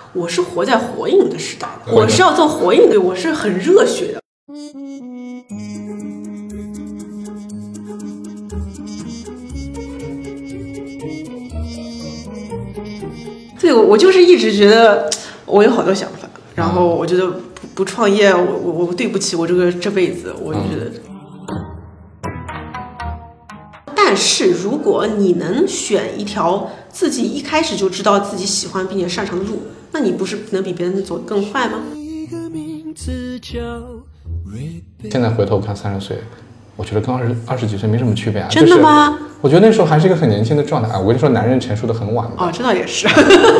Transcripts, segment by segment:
我是活在火影的时代的，我是要做火影的，我是很热血的。对，我就是一直觉得我有好多想法，然后我觉得不创业，我对不起我这辈子，我就觉得。但是如果你能选一条自己一开始就知道自己喜欢并且擅长的路，那你不是能比别人走得更快吗？ 现在回头看30岁，我觉得跟二十几岁没什么区别啊。 真的吗？ 就是、我觉得那时候还是一个很年轻的状态啊。我跟你说，男人成熟的很晚的。 哦，这倒也是。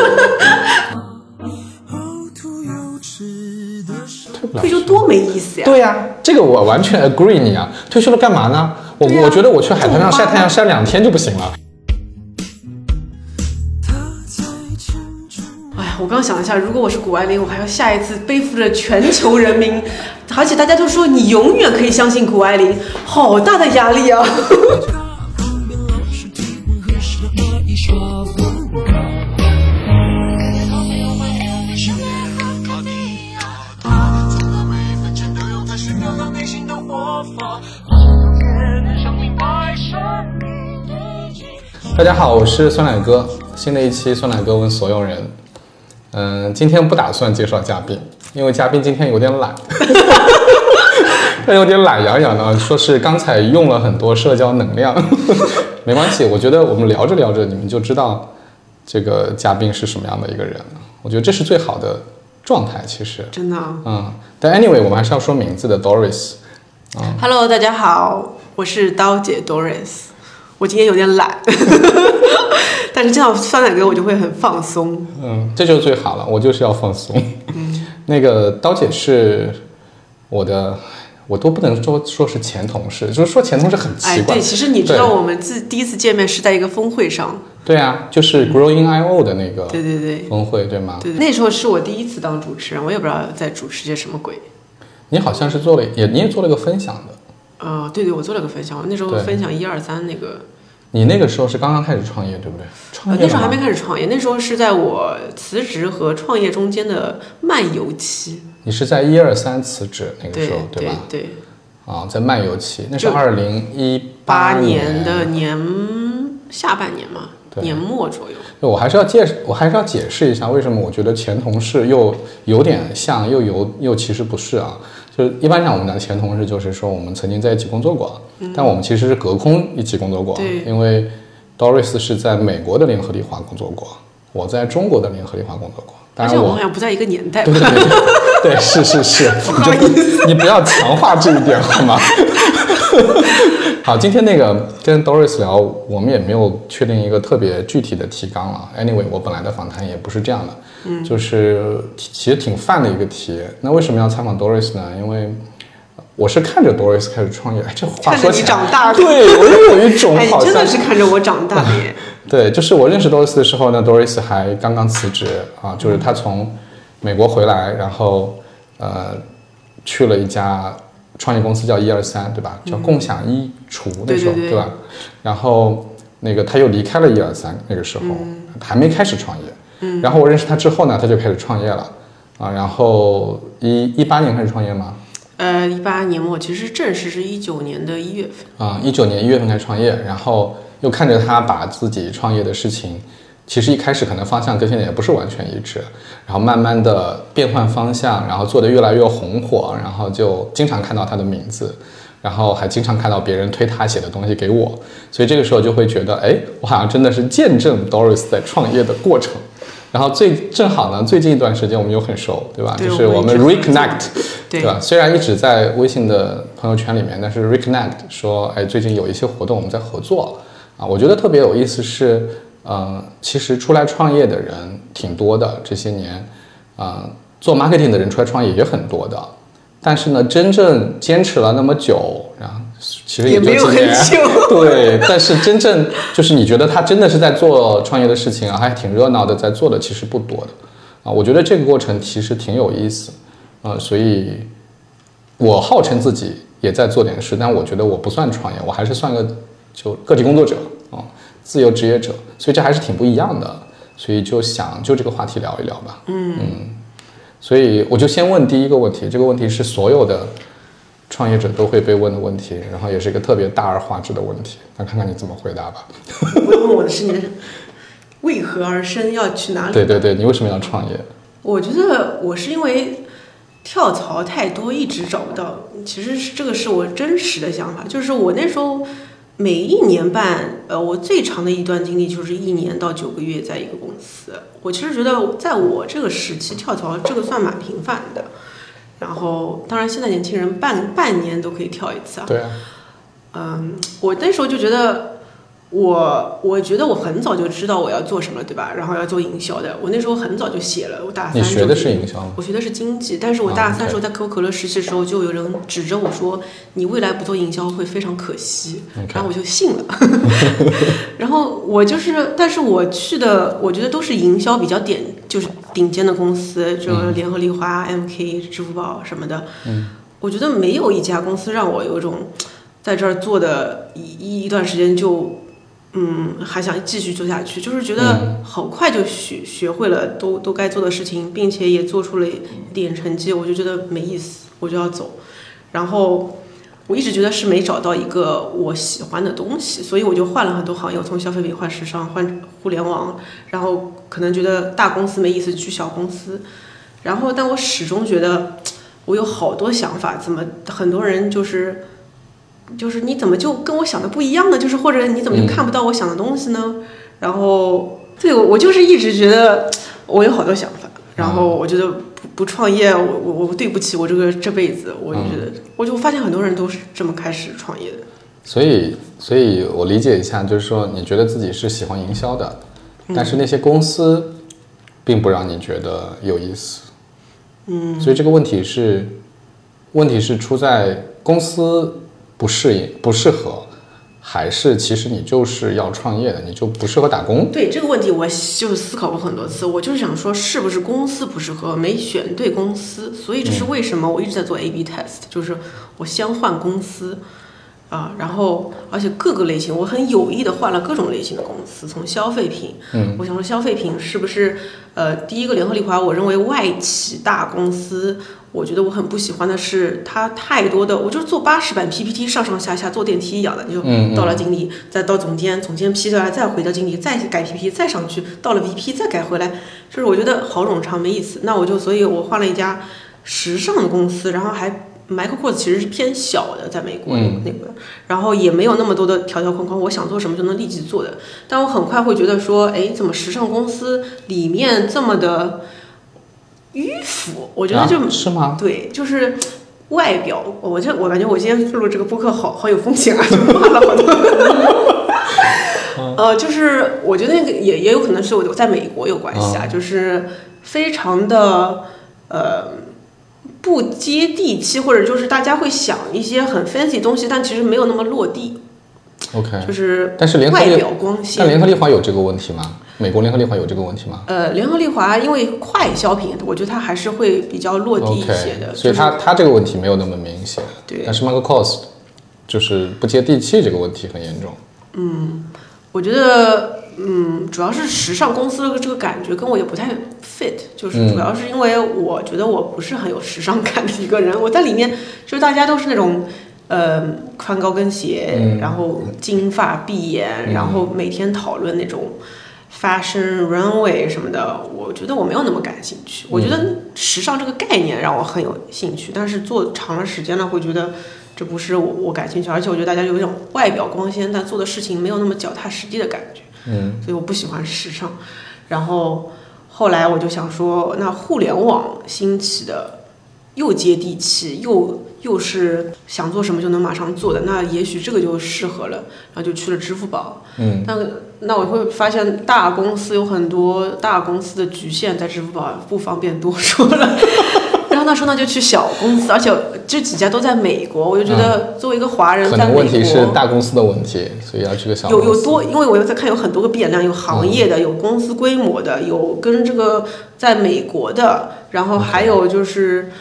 退休多没意思呀！ 对呀、这个我完全 agree 你啊。退休了干嘛呢？我觉得我去海滩上晒太阳晒2天就不行了。 哎呀，我刚想一下，如果我是谷爱凌，我还要下一次背负着全球人民，而且大家都说你永远可以相信谷爱凌，好大的压力啊！ 大家好，我是酸奶哥，新的一期酸奶哥问所有人。今天不打算介绍嘉宾，因为嘉宾今天有点懒，他有点懒洋洋的，说是刚才用了很多社交能量。没关系，我觉得我们聊着聊着，你们就知道这个嘉宾是什么样的一个人了。我觉得这是最好的状态，其实真的。 但 anyway， 我们还是要说名字的 Doris。 Hello， 大家好，我是刀姐 Doris。我今天有点懒，但是见到酸奶哥我就会很放松。 这就最好了，我就是要放松。那个刀姐是我的，我都不能说是前同事，就是说前同事很奇怪。 对，其实你知道我们第一次见面是在一个峰会上。 对啊，就是 Growing.io 的那个峰会，对吗？ 对，那时候是我第一次当主持人，我也不知道在主持些什么鬼。 你好像是你也做了个分享的。 对，我做了个分享，我那时候分享1、2、3那个。 你那个时候是刚刚开始创业，对不对？ 那时候还没开始创业，那时候是在我辞职和创业中间的漫游期。 你是在1、2、3辞职那个时候，对吧？ 对。 在漫游期，那是2018 年的下半年嘛，年末左右。 我还是要解释一下，为什么我觉得前同事又有点像，又其实不是啊。就是一般讲，我们讲前同事，就是说我们曾经在一起工作过，但我们其实是隔空一起工作过。因为 Doris 是在美国的联合利华工作过，我在中国的联合利华工作过。当然而且我们好像不在一个年代。 对，是。你不要强化这一点好吗？好，今天那个跟 Doris 聊，我们也没有确定一个特别具体的提纲了。Anyway， 我本来的访谈也不是这样的，就是其实挺泛的一个题。那为什么要采访 Doris 呢？因为我是看着 Doris 开始创业，这话说起来， 看着你长大的， 对我又有一种好像真的是看着我长大的耶。 对，就是我认识 Doris 的时候呢 ，Doris 还刚刚辞职啊，就是他从美国回来，然后去了一家创业公司叫123，对吧？叫共享衣橱，那时候 对吧？然后那个他又离开了123，那个时候还没开始创业。然后我认识他之后呢，他就开始创业了啊。然后18年开始创业吗 ？18年末，其实正式是19年的1月份。 19年1月份开始创业，然后又看着他把自己创业的事情，其实一开始可能方向跟现在也不是完全一致，然后慢慢的变换方向，然后做得越来越红火，然后就经常看到他的名字，然后还经常看到别人推他写的东西给我，所以这个时候就会觉得，我好像真的是见证 Doris 在创业的过程。然后正好呢，最近一段时间我们又很熟，对吧？就是我们 reconnect， 对吧？虽然一直在微信的朋友圈里面，但是 reconnect 说，最近有一些活动我们在合作啊。我觉得特别有意思是，其实出来创业的人挺多的，这些年，做 marketing 的人出来创业也很多的，但是呢，真正坚持了那么久，然后其实也就几年，对。但是真正就是你觉得他真的是在做创业的事情啊，还挺热闹的，在做的其实不多的啊。我觉得这个过程其实挺有意思，所以我号称自己也在做点事，但我觉得我不算创业，我还是算个就个体工作者啊，自由职业者，所以这还是挺不一样的所以就想就这个话题聊一聊吧。所以我就先问第一个问题，这个问题是所有的创业者都会被问的问题，然后也是一个特别大而化之的问题，那看看你怎么回答吧。 我问我的是你为何而生，要去哪里？ 对对对，你为什么要创业？ 我觉得我是因为跳槽太多，一直找不到。其实这个是我真实的想法，就是我那时候每1年半，我最长的一段经历就是1年到9个月在一个公司。我其实觉得在我这个时期跳槽这个算蛮频繁的。然后当然现在年轻人半年都可以跳一次啊。 对啊。 我那时候就觉得。我觉得我很早就知道我要做什么，对吧？然后要做营销的。我那时候很早就写了，我大3。 你学的是营销吗？ 我学的是经济，但是我大3时候在可口可乐实习的时候，就有人指着我说：“你未来不做营销会非常可惜。” Okay. 然后我就信了。然后我就是，但是我去的，我觉得都是营销比较就是顶尖的公司，就联合利华、MK、支付宝什么的。我觉得没有一家公司让我有种在这儿做的一段时间就。还想继续做下去，就是觉得好快就学会了都该做的事情，并且也做出了一点成绩，我就觉得没意思，我就要走。然后我一直觉得是没找到一个我喜欢的东西，所以我就换了很多行业，我从消费品换时尚，换互联网，然后可能觉得大公司没意思，去小公司。然后但我始终觉得我有好多想法，怎么很多人就是你怎么就跟我想的不一样呢？就是或者你怎么就看不到我想的东西呢？然后对我就是一直觉得我有好多想法，然后我觉得不创业，我对不起我这辈子，我就觉得我就发现很多人都是这么开始创业的。 所以我理解一下，就是说你觉得自己是喜欢营销的，但是那些公司并不让你觉得有意思。所以这个问题是出在公司不适合，还是其实你就是要创业的，你就不适合打工？ 对这个问题，我就是思考过很多次。我就是想说，是不是公司不适合，没选对公司？所以这是为什么我一直在做 A/B test，就是我先换公司然后而且各个类型，我很有意的换了各种类型的公司，从消费品，我想说消费品是不是第一个联合利华，我认为外企大公司。我觉得我很不喜欢的是，它太多的，我就是做80版 PPT， 上上下下做电梯一样的，你就到了经理，再到总监，总监批下来，再回到经理，再改 PPT， 再上去，到了 VP 再改回来，就是我觉得好冗长，没意思。那所以我换了一家时尚的公司，然后还 Michael Kors 其实是偏小的，在美国那个，然后也没有那么多的条条框框，我想做什么就能立即做的。但我很快会觉得说，哎，怎么时尚公司里面这么的迂腐？我觉得是吗？ 对，就是外表，我感觉我今天录这个播客好有风险啊，就骂了好多。就是我觉得那个也有可能是我在美国有关系啊，就是非常的不接地气，或者就是大家会想一些很 fancy 东西，但其实没有那么落地。 OK， 就是但是外表光鲜。 但联合利华有这个问题吗？美国联合利华有这个问题吗？ 联合利华因为快消品，我觉得它还是会比较落地一些的。 Okay， 所以它这个问题没有那么明显。 对。但是 Michael Kors 就是不接地气这个问题很严重。 我觉得主要是时尚公司的这个感觉跟我也不太 fit， 就是主要是因为我觉得我不是很有时尚感的一个人，我在里面就是大家都是那种。宽高跟鞋，然后金发碧眼，然后每天讨论那种 fashion runway 什么的，我觉得我没有那么感兴趣。我觉得时尚这个概念让我很有兴趣，但是做长了时间了，会觉得这不是我感兴趣，而且我觉得大家有一种外表光鲜，但做的事情没有那么脚踏实地的感觉。所以我不喜欢时尚。然后后来我就想说，那互联网兴起的，又接地气，又是想做什么就能马上做的，那也许这个就适合了，然后就去了支付宝。那我会发现大公司有很多大公司的局限，在支付宝不方便多说了。然后那时候呢就去小公司，而且这几家都在美国，我就觉得作为一个华人在美国， 可能问题是大公司的问题，所以要去个小公司。 有多，因为我又在看有很多个变量，有行业的，有公司规模的，有跟这个在美国的，然后还有就是。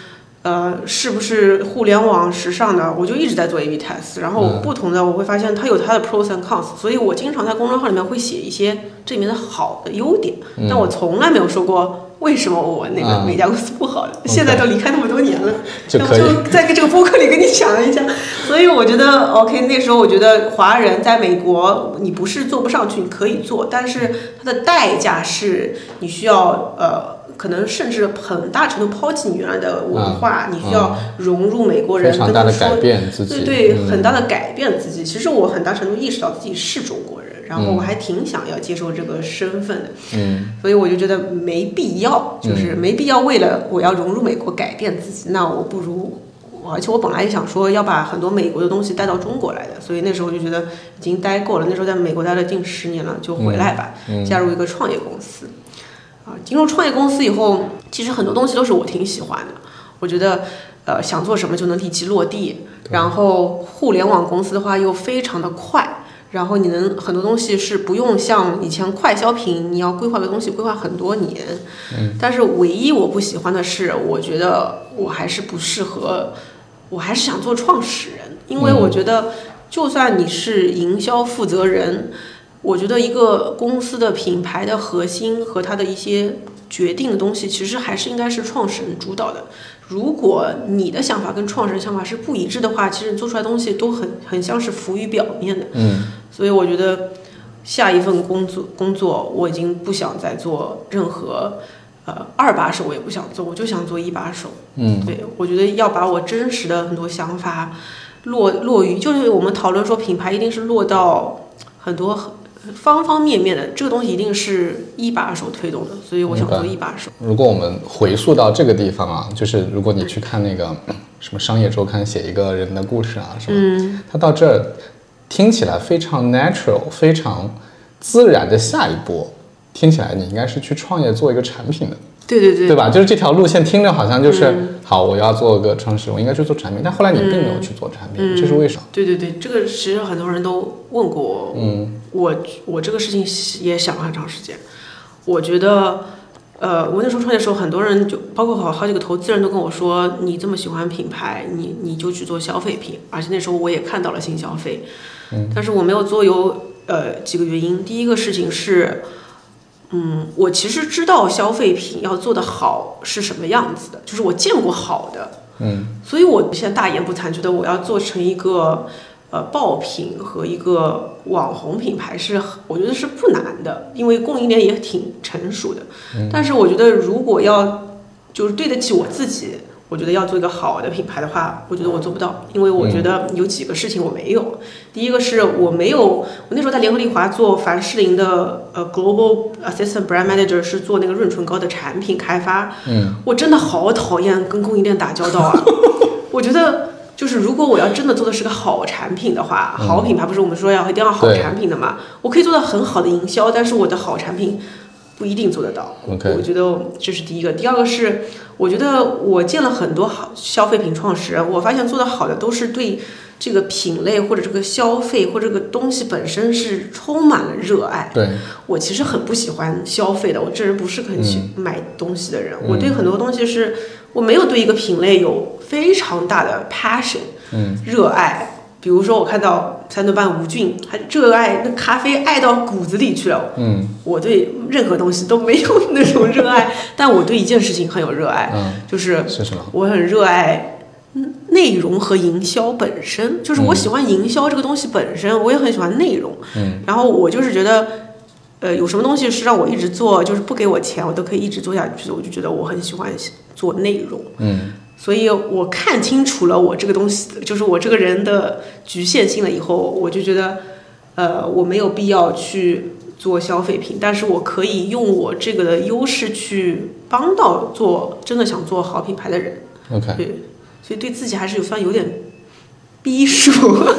是不是互联网时尚的，我就一直在做 A/B test， 然后不同的我会发现它有它的 pros and cons， 所以我经常在公众号里面会写一些这里面的好的优点，但我从来没有说过为什么我那个每家公司不好的，现在都离开那么多年了， 就可以在这个播客里跟你讲一下。所以我觉得 OK， 那时候我觉得华人在美国你不是做不上去，你可以做，但是它的代价是你需要可能甚至很大程度抛弃你原来的文化，你需要融入美国人， 非常大的改变自己， 对，很大的改变自己。其实我很大程度意识到自己是中国人，然后我还挺想要接受这个身份的，所以我就觉得没必要，就是没必要为了我要融入美国改变自己，那我不如。而且我本来也想说要把很多美国的东西带到中国来的，所以那时候就觉得已经待够了。那时候在美国待了近10年了，就回来吧，加入一个创业公司。进入创业公司以后，其实很多东西都是我挺喜欢的。我觉得，想做什么就能立即落地。然后互联网公司的话又非常的快，然后你能很多东西是不用像以前快消品，你要规划个东西规划很多年。但是唯一我不喜欢的是，我觉得我还是不适合。我还是想做创始人，因为我觉得，就算你是营销负责人，我觉得一个公司的品牌的核心和它的一些决定的东西，其实还是应该是创始人主导的。如果你的想法跟创始人想法是不一致的话，其实你做出来的东西都很像是浮于表面的。所以我觉得下一份工作我已经不想再做任何。2把手我也不想做，我就想做1把手。对，我觉得要把我真实的很多想法落于，就是我们讨论说品牌一定是落到很多方方面面的，这个东西一定是1把手推动的，所以我想做1把手。 如果我们回溯到这个地方啊，就是如果你去看那个什么商业周刊写一个人的故事啊什么，他到这儿听起来非常 natural， 非常自然的下一步。听起来你应该是去创业做一个产品的，对吧？就是这条路线听着好像就是、好，我要做个创始人，我应该去做产品，但后来你并没有去做产品，这是为什么？ 对，这个其实很多人都问过我，我这个事情也想了很长时间。我觉得，我那时候创业的时候，很多人就包括好几个投资人都跟我说，你这么喜欢品牌，你就去做消费品，而且那时候我也看到了新消费，但是我没有做有几个原因。第一个事情是。我其实知道消费品要做得好是什么样子的，就是我见过好的，所以我现在大言不惭觉得我要做成一个爆品和一个网红品牌我觉得是不难的，因为供应链也挺成熟的。但是我觉得如果要就是对得起我自己，我觉得要做一个好的品牌的话，我觉得我做不到，因为我觉得有几个事情我没有。第一个是我那时候在联合利华做凡士林的Global Assistant Brand Manager， 是做那个润唇膏的产品开发。我真的好讨厌跟供应链打交道啊！我觉得就是如果我要真的做的是个好产品的话，好品牌不是我们说一定要好产品的嘛？我可以做到很好的营销，但是我的好产品不一定做得到。我觉得这是第一个。第二个是，我觉得我见了很多好消费品创始人，我发现做得好的都是对这个品类或者这个消费或者这个东西本身是充满了热爱。 对， 我其实很不喜欢消费的，我这人不是很喜买东西的人。我对很多东西是我没有对一个品类有非常大的 passion，热爱。比如说我看到3顿半吴俊还热爱那咖啡爱到骨子里去了，我对任何东西都没有那种热爱，但我对一件事情很有热爱，就是什么？ 我很热爱内容和营销本身，就是我喜欢营销这个东西本身，我也很喜欢内容，然后我就是觉得有什么东西是让我一直做，就是不给我钱我都可以一直做下去的，我就觉得我很喜欢做内容，所以我看清楚了我这个东西，就是我这个人的局限性了以后，我就觉得，我没有必要去做消费品，但是我可以用我这个的优势去帮到真的想做好品牌的人。 OK， 对，所以对自己还是算有点逼数。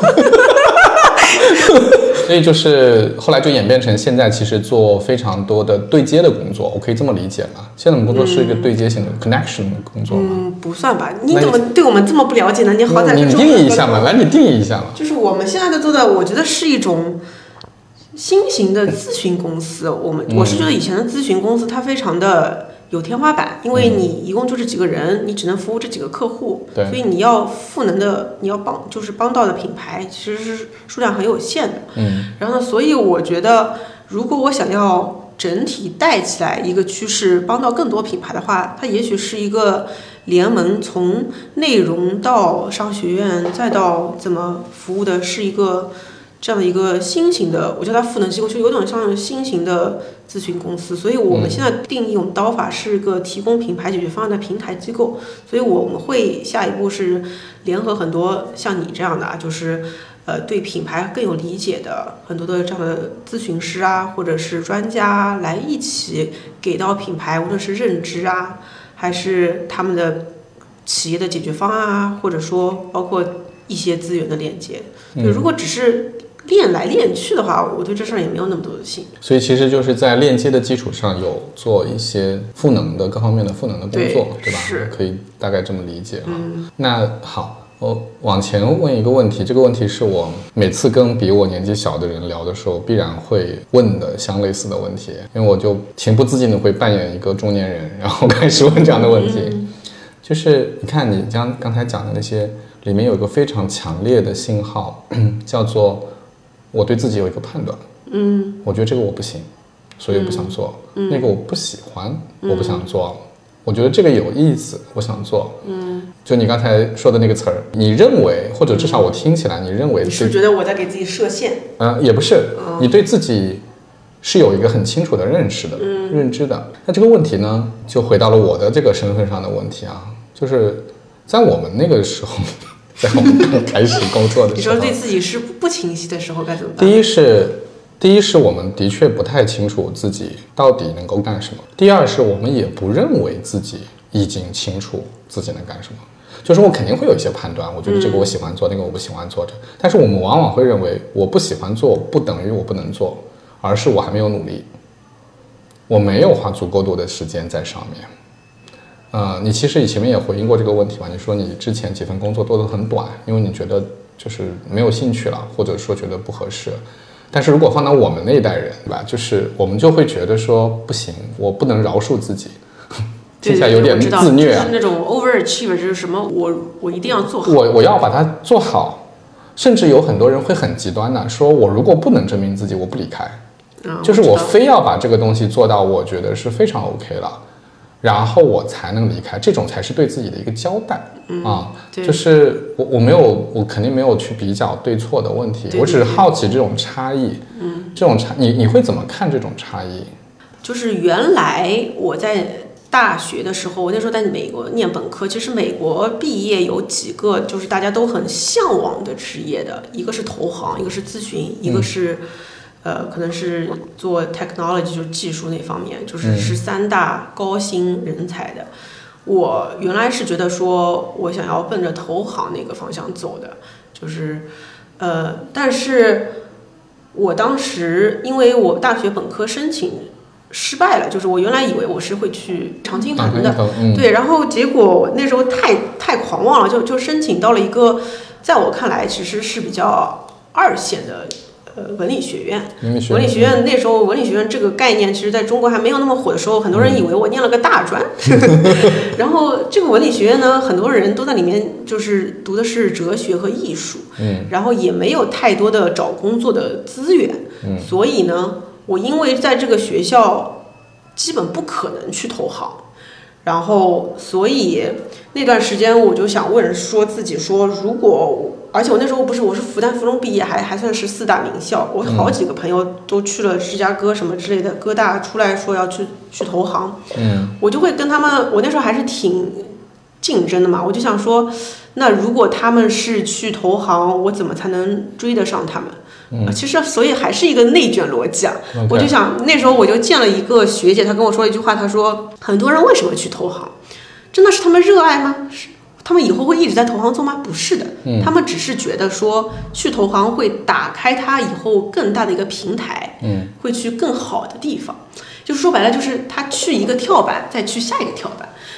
所以就是后来就演变成现在其实做非常多的对接的工作，我可以这么理解吗？现在我们工作是一个对接性的 connection 的工作吗？ 不算吧。你怎么对我们这么不了解呢？你好歹你定义一下嘛，来你定义一下嘛。 就是我们现在的做的，我觉得是一种新型的咨询公司。我是觉得以前的咨询公司它非常的有天花板，因为你一共就这几个人，你只能服务这几个客户，所以你要赋能的，你要帮到的品牌其实是数量很有限的。然后呢，所以我觉得，如果我想要整体带起来一个趋势，帮到更多品牌的话，它也许是一个联盟，从内容到商学院，再到怎么服务的，是一个这样的一个新型的，我叫它赋能机构，就有点像新型的咨询公司。所以我们现在定义我们刀法是个提供品牌解决方案的平台机构。所以我们会下一步是联合很多像你这样的啊，就是对品牌更有理解的很多的这样的咨询师啊，或者是专家来一起给到品牌，无论是认知啊，还是他们的企业的解决方案啊，或者说包括一些资源的链接。对，如果只是练来练去的话，我对这事儿也没有那么多的兴趣。 所以其实就是在链接的基础上有做一些赋能的各方面的赋能的工作， 对吧？ 是， 可以大概这么理解啊。那好，我往前问一个问题，这个问题是我每次跟比我年纪小的人聊的时候必然会问的相类似的问题，因为我就情不自禁的会扮演一个中年人，然后开始问这样的问题。就是你看你刚才讲的那些里面有一个非常强烈的信号，叫做我对自己有一个判断，我觉得这个我不行，所以我不想做，那个我不喜欢，我不想做，我觉得这个有意思，我想做，就你刚才说的那个词儿，你认为，或者至少我听起来，你认为你是觉得我在给自己设限？ 也不是，你对自己是有一个很清楚的认知的。那这个问题呢，就回到了我的这个身份上的问题啊，就是在我们那个时候，在我们刚开始工作的时候， 你说对自己是不清晰的时候该怎么办？ 第一是我们的确不太清楚自己到底能够干什么，第二是我们也不认为自己已经清楚自己能干什么。就是我肯定会有一些判断，我觉得这个我喜欢做，那个我不喜欢做的，但是我们往往会认为我不喜欢做不等于我不能做，而是我还没有努力，我没有花足够多的时间在上面。你其实前面也回应过这个问题嘛，你说你之前几份工作做得很短，因为你觉得就是没有兴趣了，或者说觉得不合适。但是如果放到我们那一代人，对吧？就是我们就会觉得说不行，我不能饶恕自己，听起来有点自虐啊。 就是那种 overachiever， 就是什么我一定要做好， 我要把它做好，甚至有很多人会很极端的说，我如果不能证明自己，我不离开，就是我非要把这个东西做到我觉得是非常 OK 了，然后我才能离开，这种才是对自己的一个交代。就是我肯定没有去比较对错的问题，我只是好奇这种差异。这种你会怎么看这种差异？ 就是原来我在大学的时候，我那时候在美国念本科，其实美国毕业有几个就是大家都很向往的职业的，一个是投行，一个是咨询，一个是可能是做 technology 就是技术那方面，就是3大高薪人才的。我原来是觉得说我想要奔着投行那个方向走的，就是但是我当时因为我大学本科申请失败了，就是我原来以为我是会去常青藤的，对，然后结果我那时候太狂妄了，就申请到了一个在我看来其实是比较2线的文理学院。文理学院那时候文理学院这个概念其实在中国还没有那么火的时候，很多人以为我念了个大专然后这个文理学院呢，很多人都在里面就是读的是哲学和艺术，然后也没有太多的找工作的资源，所以呢我因为在这个学校基本不可能去投行，然后所以那段时间我就想问说自己说，如果而且我那时候我是复旦附中毕业，还算是4大名校，我好几个朋友都去了芝加哥什么之类的哥大，出来说要去投行，我就会跟他们，我那时候还是挺竞争的嘛，我就想说，那如果他们是去投行，我怎么才能追得上他们？其实所以还是一个内卷逻辑啊。我就想那时候我就见了一个学姐，她跟我说一句话，她说很多人为什么去投行，真的是他们热爱吗？他们以后会一直在投行做吗？不是的，他们只是觉得说去投行会打开他以后更大的一个平台，会去更好的地方，就是说白了就是他去一个跳板再去下一个跳板。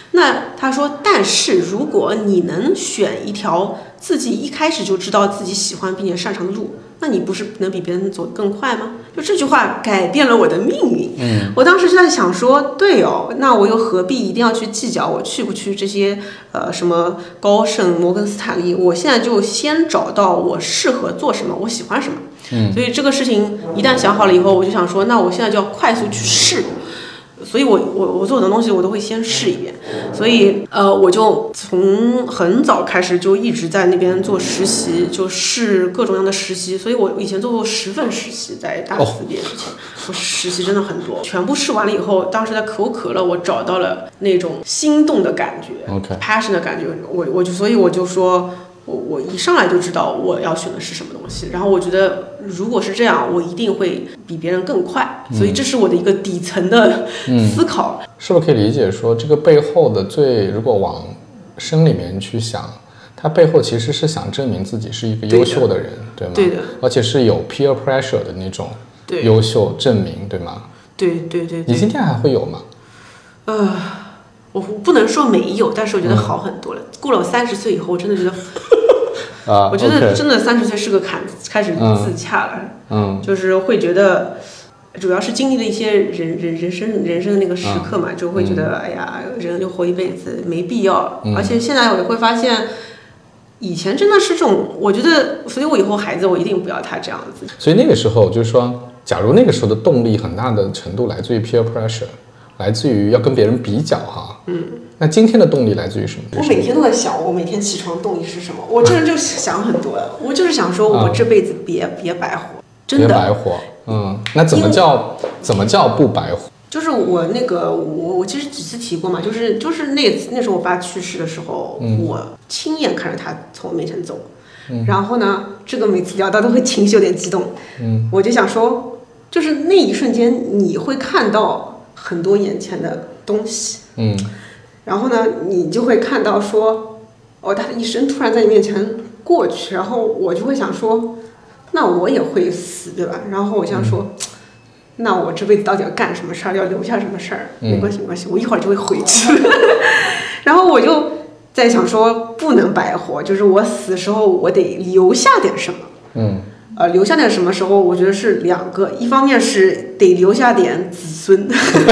那他说，但是如果你能选一条自己一开始就知道自己喜欢并且擅长的路，那你不是能比别人走得更快吗？就这句话改变了我的命运。我当时就在想说，对哦，那我又何必一定要去计较我去不去这些什么高盛、摩根斯坦利？我现在就先找到我适合做什么，我喜欢什么。所以这个事情一旦想好了以后，我就想说，那我现在就要快速去试。所以我做很多东西我都会先试一遍，所以我就从很早开始就一直在那边做实习，就试各种样的实习。所以我以前做过10份实习，在大四毕业之前，我实习真的很多，全部试完了以后，当时在可口可乐我找到了那种心动的感觉、passion 的感觉，所以我就说。我一上来就知道我要选的是什么东西，然后我觉得如果是这样，我一定会比别人更快，所以这是我的一个底层的思考。 是不是可以理解说，这个背后的如果往深里面去想，它背后其实是想证明自己是一个优秀的人，对吗？ 对的， 而且是有 peer pressure 的那种优秀证明，对吗？ 对。 你今天还会有吗？ 我不能说没有，但是我觉得好很多了。过了我30岁以后，我真的觉得，我觉得真的30岁是个坎，开始自洽了。就是会觉得，主要是经历了一些人生的那个时刻嘛，就会觉得，哎呀，人就活一辈子没必要。而且现在我也会发现，以前真的是这种，我觉得，所以我以后孩子我一定不要他这样子。 所以那个时候就是说，假如那个时候的动力很大的程度来自于 peer pressure。来自于要跟别人比较哈，那今天的动力来自于什么？ 我每天都在想，我每天起床动力是什么？我这人就想很多，我就是想说，我这辈子别白活，真的别白活。那怎么叫不白活？ 就是我其实几次提过嘛，就是那时候我爸去世的时候，我亲眼看着他从我面前走，然后呢，这个每次聊到都会情绪有点激动，我就想说，就是那一瞬间你会看到。很多眼前的东西，然后呢，你就会看到说，他的一生突然在你面前过去，然后我就会想说，那我也会死，对吧？然后我想说，那我这辈子到底要干什么事儿，要留下什么事儿？没关系，我一会儿就会回去。然后我就在想说，不能白活，就是我死的时候，我得留下点什么。留下点什么时候？我觉得是2个，一方面是得留下点子孙，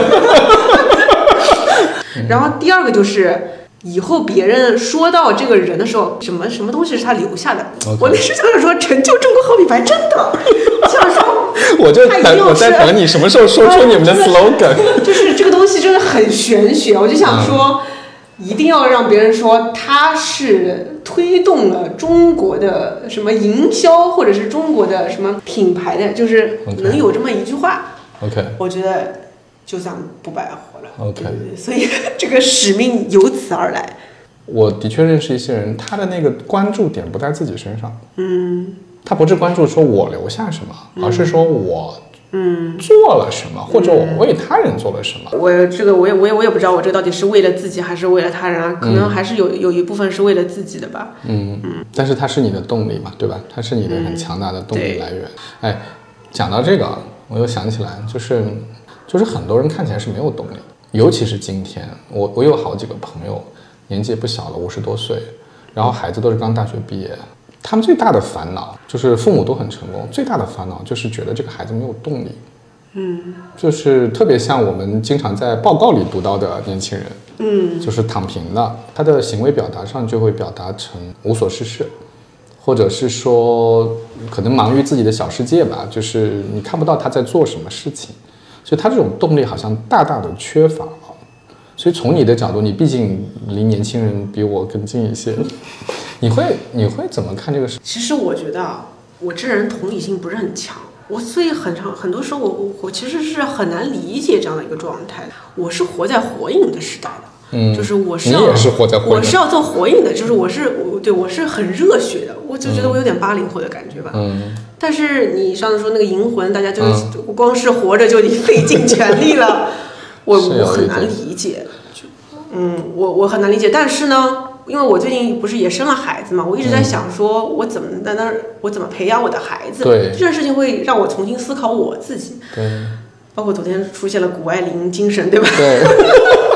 然后第2个就是以后别人说到这个人的时候，什么东西是他留下的。我那时就想说，成就中国好品牌，真的，想说， 我在等你什么时候说出你们的 slogan。 就是这个东西真的很玄学，我就想说。一定要让别人说他是推动了中国的什么营销，或者是中国的什么品牌的，就是能有这么一句话。我觉得就算不白活了。对，所以这个使命由此而来。 我的确认识一些人，他的那个关注点不在自己身上。他不是关注说我留下什么，而是说我。做了什么，或者我为他人做了什么？ 我也不知道，我这到底是为了自己还是为了他人啊？可能还是有一部分是为了自己的吧。 但是它是你的动力嘛，对吧？它是你的很强大的动力来源。讲到这个，我又想起来，就是很多人看起来是没有动力，尤其是今天，我有好几个朋友，年纪也不小了，50多岁，然后孩子都是刚大学毕业。他们最大的烦恼就是父母都很成功，最大的烦恼就是觉得这个孩子没有动力。就是特别像我们经常在报告里读到的年轻人，就是躺平的，他的行为表达上就会表达成无所事事，或者是说可能忙于自己的小世界吧，就是你看不到他在做什么事情，所以他这种动力好像大大的缺乏。所以从你的角度，你毕竟离年轻人比我更近一些，你会怎么看这个事？ 其实我觉得我这人同理心不是很强，所以很多时候我其实是很难理解这样的一个状态。我是活在火影的时代的，就是你也是活在火影， 我是要做火影的，就是我是很热血的，我就觉得我有点80后的感觉吧。但是你上次说那个银魂，大家就是光是活着就已经费尽全力了。我很难理解，我很难理解。但是呢，因为我最近不是也生了孩子嘛，我一直在想说，我怎么培养我的孩子？ 对， 这件事情会让我重新思考我自己。 对， 包括昨天出现了谷爱凌精神，对吧？ 对。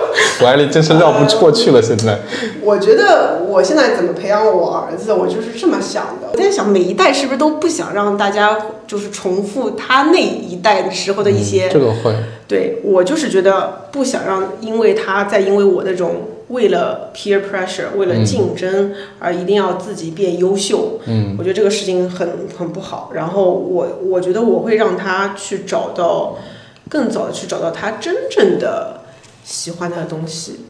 谷爱凌真是绕不过去了。现在， 我觉得我现在怎么培养我儿子，我就是这么想的。我在想，每一代是不是都不想让大家就是重复他那一代的时候的一些， 这个会。 对，我就是觉得不想让，因为我那种为了 peer pressure， 为了竞争而一定要自己变优秀。我觉得这个事情很不好。然后我觉得我会让他去更早的去找到他真正的喜欢的东西。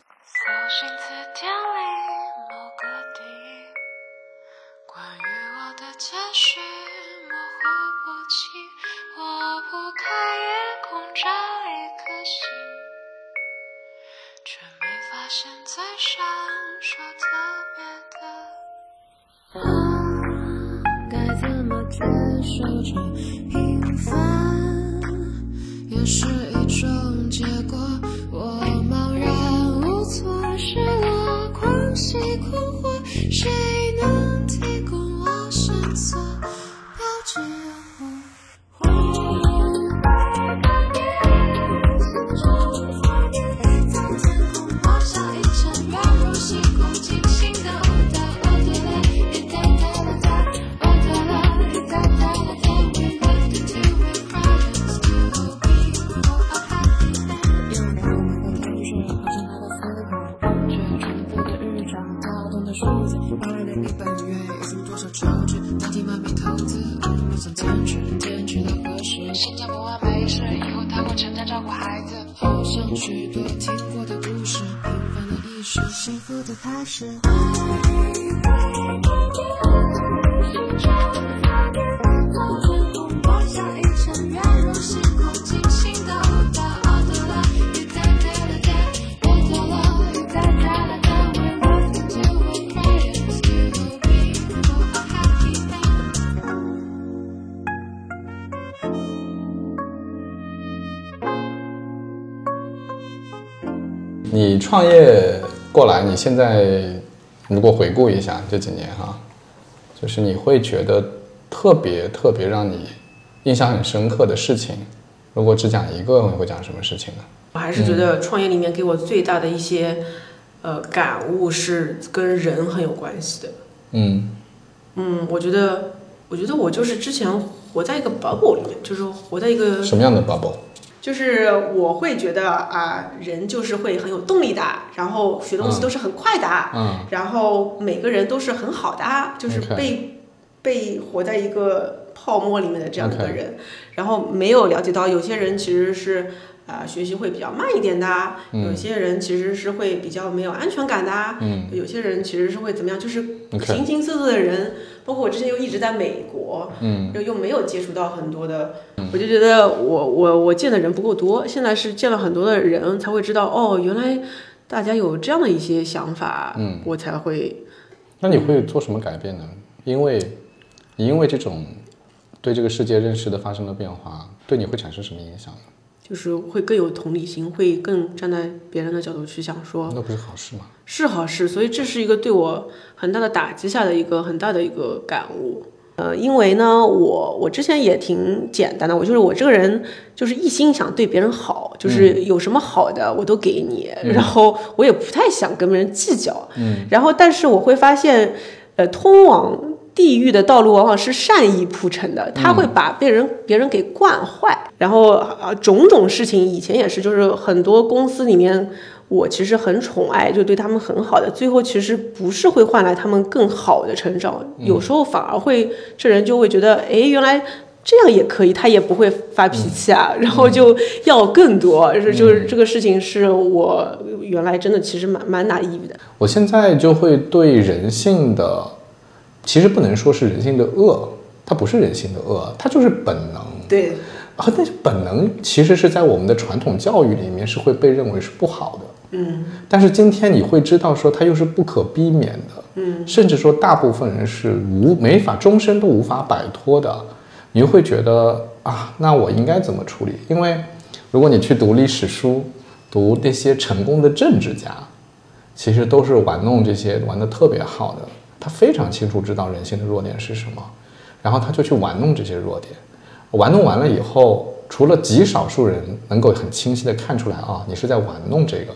关于我的解释模糊不清，我不开夜空找一颗星，却没发现最闪烁特别的。该怎么接受这平凡，也是一种结果。我茫然无措，失落狂喜困惑，谁能提供我线索，标记我在天空落下一层软如星空精心的舞蹈。现在不完美是以后他会成长照顾孩子，好像许多听过的故事，平凡的意识，幸福的开始。 你创业过来，你现在如果回顾一下这几年哈，就是你会觉得特别让你印象很深刻的事情，如果只讲一个，你会讲什么事情呢？ 我还是觉得创业里面给我最大的一些感悟是跟人很有关系的。我觉得我就是之前活在一个 bubble 里面，就是活在一个什么样的 bubble？ 就是我会觉得人就是会很有动力的，然后学东西都是很快的，然后每个人都是很好的，就是被活在一个泡沫里面的这样一个人，然后没有了解到有些人其实是学习会比较慢一点的，有些人其实是会比较没有安全感的，有些人其实是会怎么样，就是形形色色的人，包括我之前又一直在美国，又没有接触到很多的，我就觉得我见的人不够多，现在是见了很多的人才会知道，哦，原来大家有这样的一些想法，我才会。 那你会做什么改变呢？因为这种对这个世界认识的发生了变化，对你会产生什么影响呢？ 就是会更有同理心，会更站在别人的角度去想说， 那不是好事吗？是好事，所以这是一个对我很大的打击下的一个很大的一个感悟。因为呢，我之前也挺简单的，我这个人就是一心想对别人好，就是有什么好的我都给你，然后我也不太想跟别人计较，然后但是我会发现，通往地狱的道路往往是善意铺成的，他会把别人给惯坏，然后种种事情以前也是，就是很多公司里面我其实很宠爱，就对他们很好的，最后其实不是会换来他们更好的成长，有时候反而会这人就会觉得，哎，原来这样也可以，他也不会发脾气啊，然后就要更多，就是这个事情是我原来真的其实蛮naive的。 我现在就会对人性的，其实不能说是人性的恶，它不是人性的恶，它就是本能。 对。 但是本能其实是在我们的传统教育里面是会被认为是不好的，但是今天你会知道说它又是不可避免的，甚至说大部分人是没法终身都无法摆脱的，你就会觉得那我应该怎么处理？因为如果你去读历史书，读那些成功的政治家，其实都是玩弄这些玩得特别好的，他非常清楚知道人性的弱点是什么，然后他就去玩弄这些弱点。玩弄完了以后，除了极少数人能够很清晰地看出来你是在玩弄这个，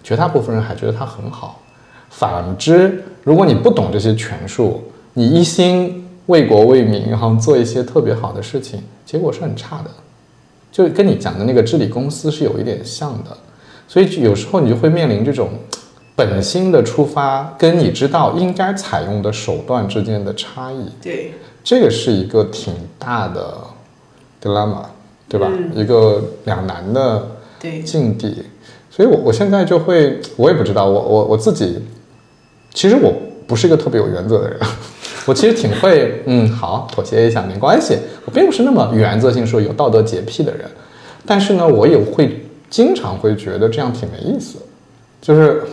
绝大部分人还觉得它很好。反之，如果你不懂这些权术，你一心为国为民，然后做一些特别好的事情，结果是很差的，就跟你讲的那个治理公司是有一点像的。所以有时候你就会面临这种本心的出发跟你知道应该采用的手段之间的差异。 对， 这个是一个挺大的 dilemma， 对吧？一个两难的境地。所以我现在就会，我也不知道，我自己，其实我不是一个特别有原则的人，我其实挺会，好，妥协一下没关系。我并不是那么原则性说有道德洁癖的人，但是呢，我也会经常会觉得这样挺没意思，就是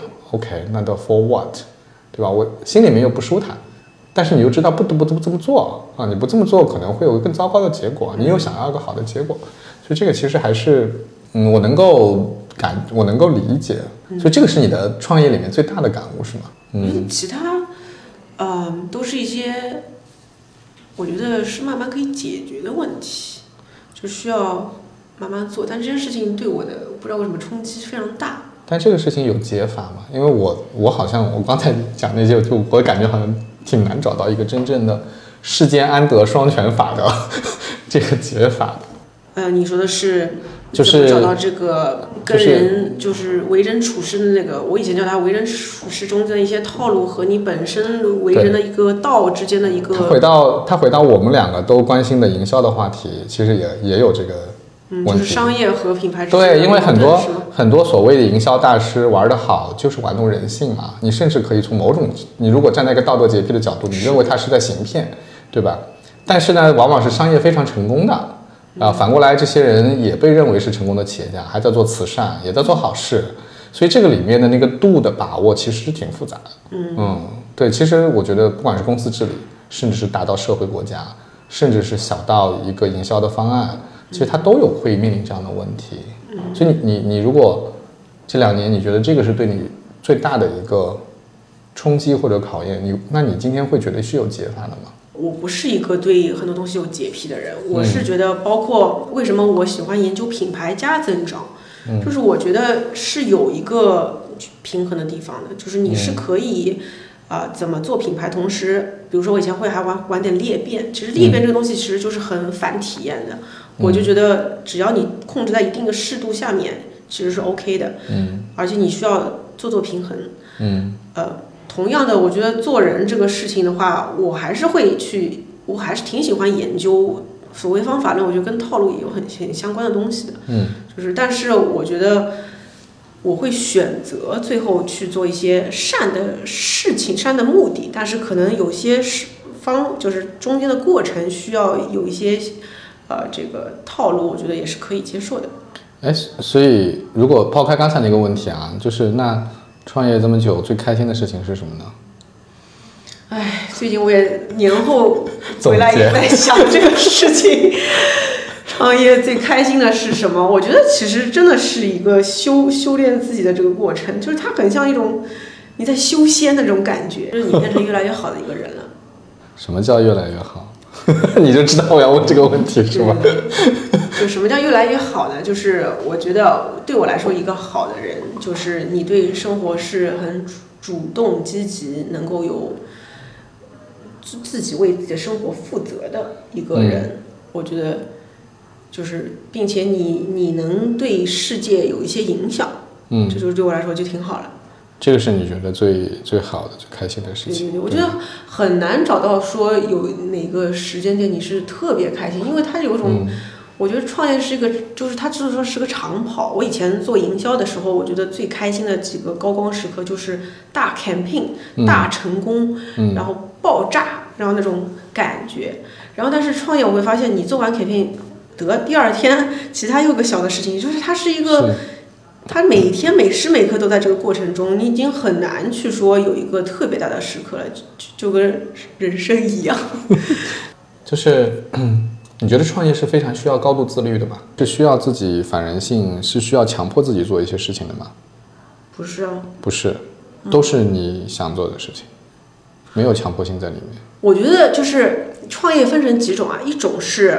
OK， 那叫 for what， 对吧？我心里面又不舒坦，但是你又知道不得不这么做啊，你不这么做可能会有更糟糕的结果，你又想要一个好的结果，所以这个其实还是，我能够理解，所以这个是你的创业里面最大的感悟是吗？ 其他，都是一些，我觉得是慢慢可以解决的问题，就需要慢慢做。但这件事情对我的不知道为什么冲击非常大。 但这个事情有解法吗？因为我好像我刚才讲那些，我感觉好像挺难找到一个真正的世间安得双全法的这个解法的。 你说的是？ 就是找到这个跟人就是为人处事的那个，我以前叫他为人处事中间的一些套路和你本身为人的一个道之间的一个。 他回到我们两个都关心的营销的话题，其实也有这个问题， 就是商业和品牌之间的。 对，因为很多所谓的营销大师玩得好，就是玩弄人性嘛。你甚至可以从某种，你如果站在一个道德洁癖的角度，你认为他是在行骗，对吧？但是呢，往往是商业非常成功的。反过来，这些人也被认为是成功的企业家，还在做慈善，也在做好事，所以这个里面的那个度的把握其实是挺复杂的。对，其实我觉得不管是公司治理，甚至是大到社会国家，甚至是小到一个营销的方案，其实它都有会面临这样的问题。所以你如果这2年你觉得这个是对你最大的一个冲击或者考验，那你今天会觉得是有解法的吗？ 我不是一个对很多东西有洁癖的人，我是觉得包括为什么我喜欢研究品牌加增长，就是我觉得是有一个平衡的地方的，就是你是可以怎么做品牌，同时比如说我以前还玩点裂变，其实裂变这个东西其实就是很反体验的，我就觉得只要你控制在一定的适度下面，其实是 OK 的，而且你需要做平衡，同样的，我觉得做人这个事情的话，我还是挺喜欢研究所谓方法论，我觉得跟套路也有很相关的东西的。但是我觉得我会选择最后去做一些善的事情、善的目的，但是可能有些就是中间的过程需要有一些这个套路，我觉得也是可以接受的。 所以如果抛开刚才那个问题啊，就是那创业这么久最开心的事情是什么呢？ 最近我也年后回来也在想这个事情。创业最开心的是什么？我觉得其实真的是一个修炼自己的这个过程，就是它很像一种你在修仙的这种感觉，就是你变成越来越好的一个人了。 什么叫越来越好？你就知道我要问这个问题是吧？ 就什么叫越来越好呢？就是我觉得对我来说，一个好的人就是你对生活是很主动积极，能够有自己为自己的生活负责的一个人。我觉得就是并且你能对世界有一些影响，这就是对我来说就挺好了。 这个是你觉得最好的、最开心的事情。 对，我觉得很难找到说有哪个时间点你是特别开心，因为它有一种，我觉得创业是一个，就是它就是说是个长跑。我以前做营销的时候，我觉得最开心的几个高光时刻就是大 campaign、大成功，然后爆炸，然后那种感觉。然后但是创业我会发现，你做完 campaign 第二天，其他又有个小的事情，就是它是一个。他每天每时每刻都在这个过程中，你已经很难去说有一个特别大的时刻了，就跟人生一样。 就是你觉得创业是非常需要高度自律的吗？是需要自己反人性，是需要强迫自己做一些事情的吗？ 不是啊， 不是，都是你想做的事情，没有强迫性在里面。 我觉得就是创业分成几种啊，一种是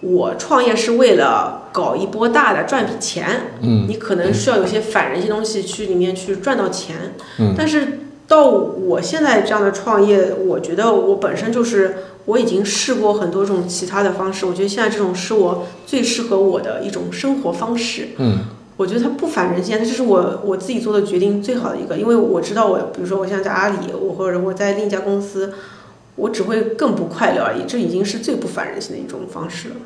我创业是为了搞一波大的赚笔钱，你可能需要有些反人性东西去里面去赚到钱，但是到我现在这样的创业，我觉得我本身就是我已经试过很多种其他的方式，我觉得现在这种是我最适合我的一种生活方式。我觉得它不反人性，这是我自己做的决定最好的一个，因为我知道比如说我现在在阿里，或者我在另一家公司，我只会更不快乐而已，这已经是最不反人性的一种方式了。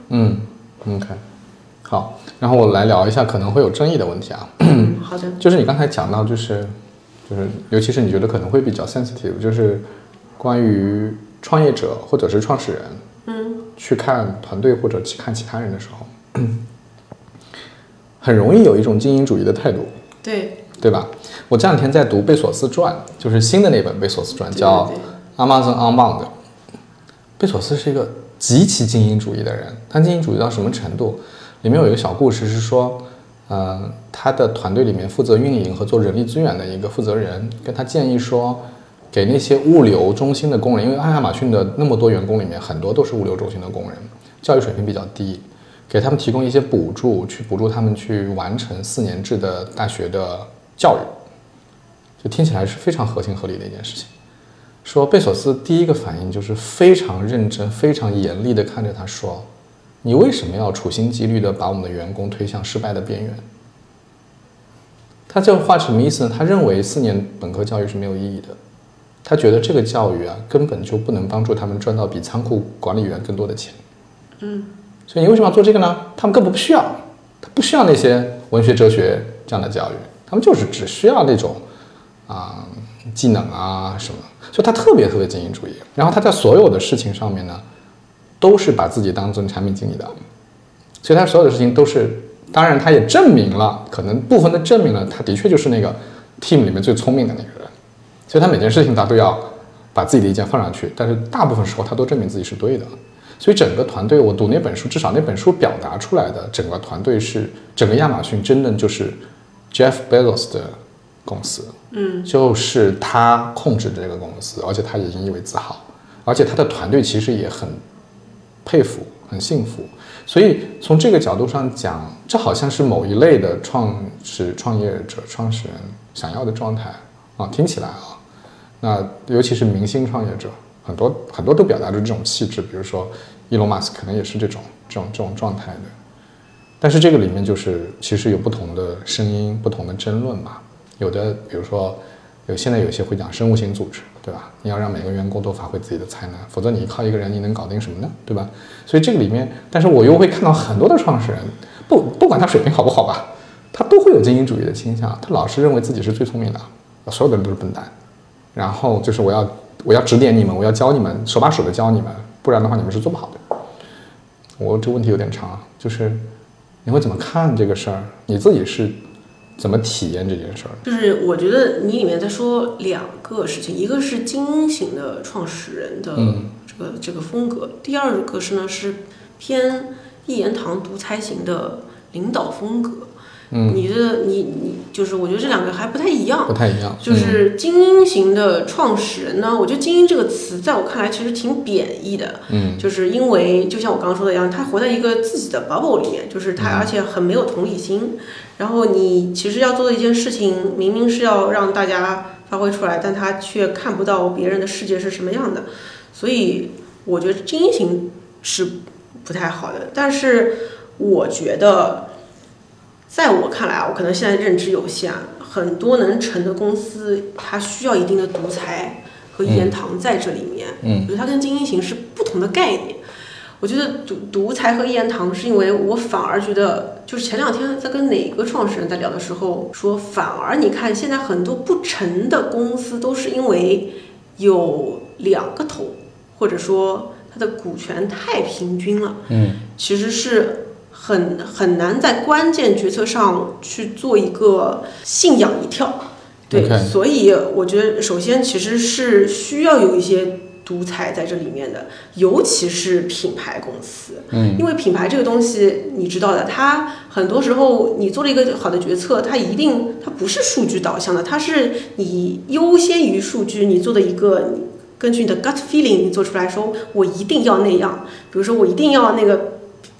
OK， 好，然后我来聊一下可能会有争议的问题啊。 好的， 就是你刚才讲到，就是尤其是你觉得可能会比较 sensitive， 就是关于创业者或者是创始人，去看团队或者去看其他人的时候，很容易有一种精英主义的态度，对吧？我这两天在读贝索斯传，就是新的那本贝索斯传，叫 Amazon Unbound。贝索斯是一个极其精英主义的人，他精英主义到什么程度？里面有一个小故事是说，他的团队里面负责运营和做人力资源的一个负责人跟他建议说，给那些物流中心的工人，因为亚马逊的那么多员工里面很多都是物流中心的工人，教育水平比较低，给他们提供一些补助，去补助他们去完成4年制的大学的教育，就听起来是非常合情合理的一件事情。说贝索斯第一个反应就是非常认真、非常严厉地看着他说：“你为什么要处心积虑地把我们的员工推向失败的边缘？”他这话什么意思呢？他认为4年本科教育是没有意义的，他觉得这个教育啊根本就不能帮助他们赚到比仓库管理员更多的钱。所以你为什么要做这个呢？他们根本不需要，他不需要那些文学哲学这样的教育，他们就是只需要那种技能啊什么，所以他特别特别精英主义。然后他在所有的事情上面呢，都是把自己当成产品经理的，所以他所有的事情都是，当然他也证明了，可能部分的证明了他的确就是那个 team 里面最聪明的那个人，所以他每件事情他都要把自己的意见放上去，但是大部分时候他都证明自己是对的。所以整个团队，我读那本书，至少那本书表达出来的整个团队是，整个亚马逊真的就是 Jeff Bezos 的公司，就是他控制这个公司，而且他也引以为自豪，而且他的团队其实也很佩服，很幸福。所以从这个角度上讲，这好像是某一类的创业者、创始人想要的状态啊，听起来啊，那尤其是明星创业者。很多都表达出这种气质，比如说伊隆马斯克可能也是这种状态的。但是这个里面就是其实有不同的声音、不同的争论吧。有的比如说现在有些会讲生物型组织，对吧？你要让每个员工都发挥自己的才能，否则你靠一个人你能搞定什么呢？对吧？所以这个里面，但是我又会看到很多的创始人，不管他水平好不好吧，他都会有精英主义的倾向，他老是认为自己是最聪明的，所有的人都是笨蛋，然后就是我要指点你们，我要教你们，手把手的教你们，不然的话你们是做不好的。我这个问题有点长，就是你会怎么看这个事儿？你自己是怎么体验这件事儿？ 就是我觉得你里面在说2个事情，一个是精英型的创始人的这个风格，第二个是偏一言堂独裁型的领导风格。你就是我觉得这2个还不太一样，就是精英型的创始人呢，我觉得精英这个词在我看来其实挺贬义的，就是因为就像我刚刚说的一样，他活在一个自己的 bubble 里面，就是他而且很没有同理心，然后你其实要做的一件事情，明明是要让大家发挥出来，但他却看不到别人的世界是什么样的，所以我觉得精英型是不太好的，但是我觉得。在我看来啊，我可能现在认知有限，很多能成的公司，它需要一定的独裁和一言堂在这里面。我觉得它跟精英型是不同的概念。我觉得独裁和一言堂是因为我反而觉得，就是前2天在跟哪个创始人在聊的时候说，反而你看现在很多不成的公司都是因为有2个头，或者说它的股权太平均了。其实是。很难在关键决策上去做一个信仰一跳，对，所以我觉得首先其实是需要有一些独裁在这里面的，尤其是品牌公司，因为品牌这个东西你知道的，它很多时候你做了一个好的决策，它不是数据导向的，它是你优先于数据，你做的一个根据你的 gut feeling 你做出来说我一定要那样，比如说我一定要那个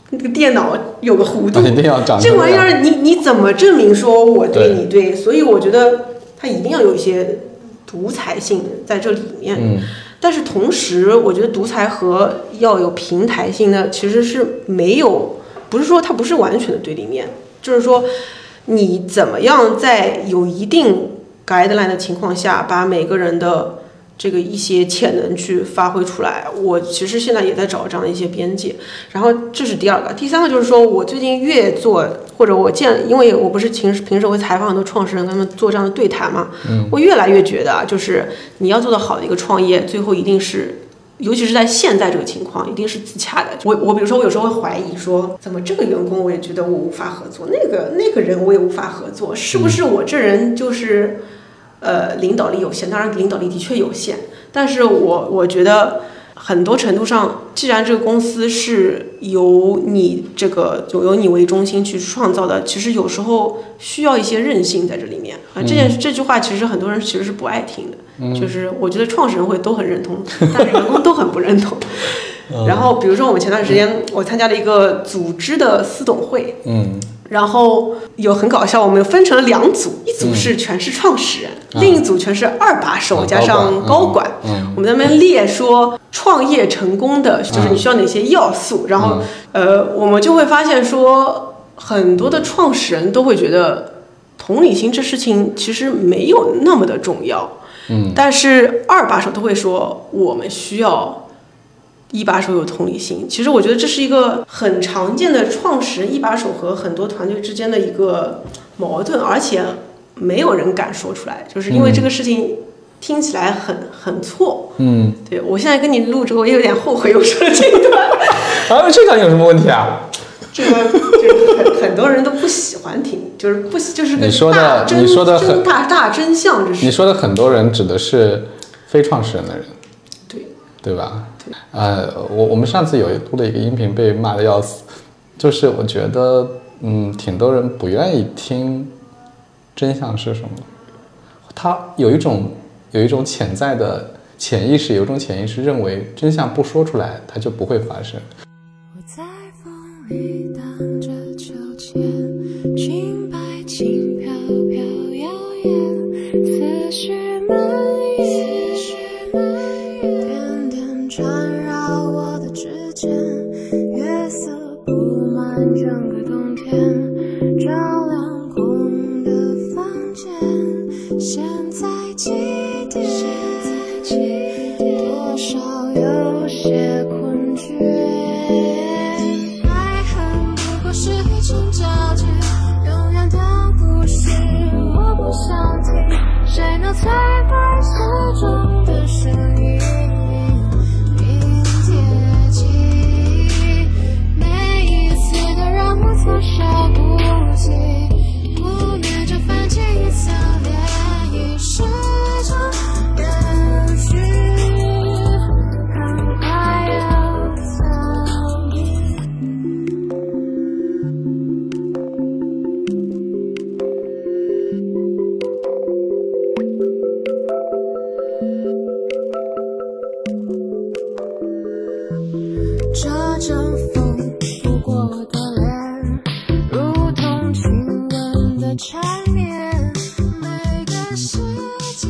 那个电脑有个弧度， 一定要长这玩意儿你怎么证明说我对你对？所以我觉得它一定要有一些独裁性在这里面。但是同时，我觉得独裁和要有平台性的其实是没有，不是说它不是完全的对立面，就是说你怎么样在有一定 guideline 的情况下，把每个人的这个一些潜能去发挥出来。我其实现在也在找这样的一些边界。然后这是第二个，第三个就是说我最近越做，或者因为我不是平时会采访很多创始人，跟他们做这样的对谈嘛，我越来越觉得啊，就是你要做到好的一个创业，最后一定是，尤其是在现在这个情况，一定是自洽的。我比如说，我有时候会怀疑说，怎么这个员工我也觉得我无法合作，那个人我也无法合作，是不是我这人就是领导力有限？当然领导力的确有限，但是我觉得很多程度上，既然这个公司是由你为中心去创造的，其实有时候需要一些韧性在这里面啊。这句话其实很多人其实是不爱听的，就是我觉得创始人会都很认同，但是员工都很不认同。然后比如说我们前段时间我参加了一个组织的私董会，然后有很搞笑，我们分成了2组，一组是全是创始人，另一组全是2把手加上高管。我们在那边列说创业成功的就是你需要哪些要素，然后我们就会发现说，很多的创始人都会觉得同理心这事情其实没有那么的重要，但是2把手都会说我们需要1把手有同理心。其实我觉得这是一个很常见的创始人1把手和很多团队之间的一个矛盾，而且没有人敢说出来，就是因为这个事情听起来很错。对，我现在跟你录这个，我也有点后悔我说了这一段。 这段有什么问题啊？ 这个就是很多人都不喜欢听，就是个大真相。 你说的很多人指的是非创始人的人，对吧？我们上次有录了一个音频被骂的要死，就是我觉得挺多人不愿意听真相是什么，他有一种潜在的潜意识，有一种潜意识认为真相不说出来它就不会发生。 我在风里荡着秋千，裙摆轻飘飘摇曳，思绪蔓延，点点缠绕我的指尖，月色布满整个冬天，照亮空的房间。现在几点？多少有些困倦，爱恨不过是一场交接，永远的故事我不想听，谁能猜白时钟的声音并贴近，每一次都让我措手不及，不灭这泛起一丝涟漪，是场人群很快要散尽。这阵风拂过我的脸，如同亲吻的缠绵，每个世界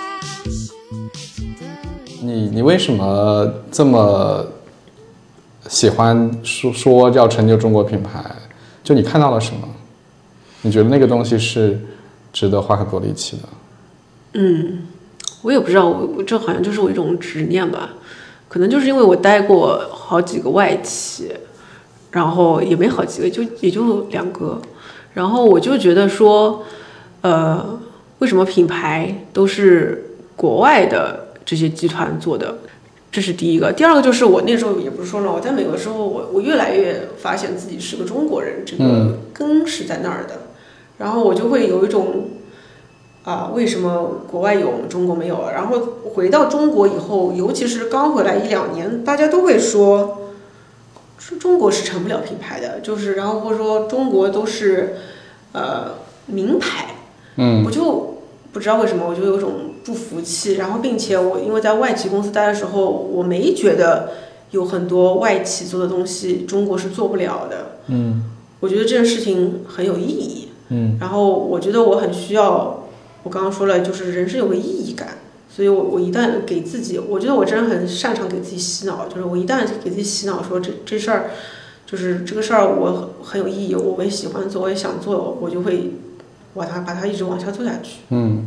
你为什么这么喜欢说要成就中国品牌？就你看到了什么？你觉得那个东西是值得花很多力气的？ 我也不知道，我这好像就是我一种执念吧，可能就是因为我待过好几个外企，然后也没好几个，也就2个，然后我就觉得说，为什么品牌都是国外的这些集团做的？这是第一个。第二个就是我那时候也不是说了，我在美国的时候，我越来越发现自己是个中国人，这个根是在那儿的，然后我就会有一种为什么国外有我们中国没有？然后回到中国以后，尤其是刚回来1-2年，大家都会说中国是成不了品牌的，就是然后或者说中国都是名牌，我就不知道为什么，我就有种不服气。然后并且我因为在外企公司待的时候，我没觉得有很多外企做的东西，中国是做不了的。我觉得这件事情很有意义。然后我觉得我很需要，我刚刚说了，就是人生有个意义感。所以我一旦给自己，我觉得我真的很擅长给自己洗脑，就是我一旦给自己洗脑说这事儿，就是这个事儿我很有意义，我也喜欢做，我也想做，我就会把它一直往下做下去。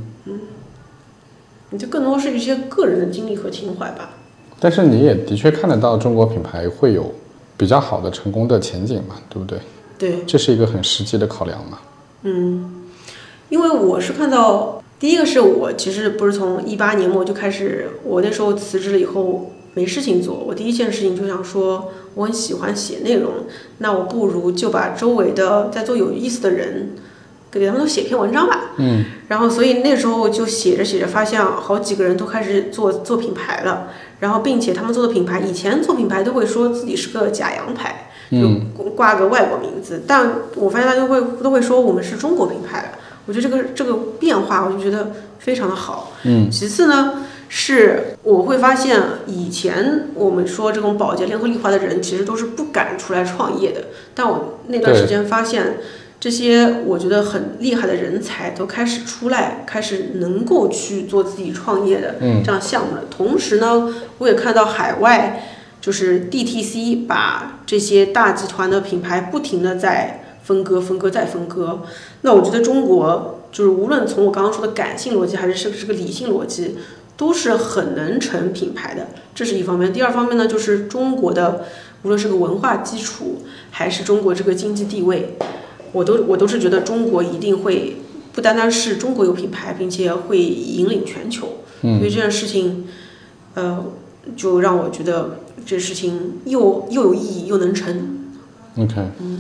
你就更多是一些个人的经历和情怀吧。 但是你也的确看得到中国品牌会有比较好的成功的前景嘛，对不对？ 对， 这是一个很实际的考量嘛。 因为我是看到，第一个是我其实不是从18年末就开始，我那时候辞职了以后没事情做，我第一件事情就想说，我很喜欢写内容，那我不如就把周围的在做有意思的人，给他们都写篇文章吧。然后所以那时候就写着写着，发现好几个人都开始做品牌了，然后并且他们做的品牌，以前做品牌都会说自己是个假洋牌，就挂个外国名字，但我发现大家都会说我们是中国品牌了。我觉得这个变化，我就觉得非常的好。其次呢，是我会发现以前我们说这种宝洁联合利华的人，其实都是不敢出来创业的。但我那段时间发现，这些我觉得很厉害的人才都开始出来，开始能够去做自己创业的这样项目了。同时呢，我也看到海外就是 DTC 把这些大集团的品牌不停的在分割再分割。那我觉得中国就是无论从我刚刚说的感性逻辑还是这个理性逻辑，都是很能成品牌的，这是一方面。第二方面呢，就是中国的无论是个文化基础还是中国这个经济地位，我都是觉得中国一定会不单单是中国有品牌，并且会引领全球。所以这件事情就让我觉得这事情又有意义又能成。 OK。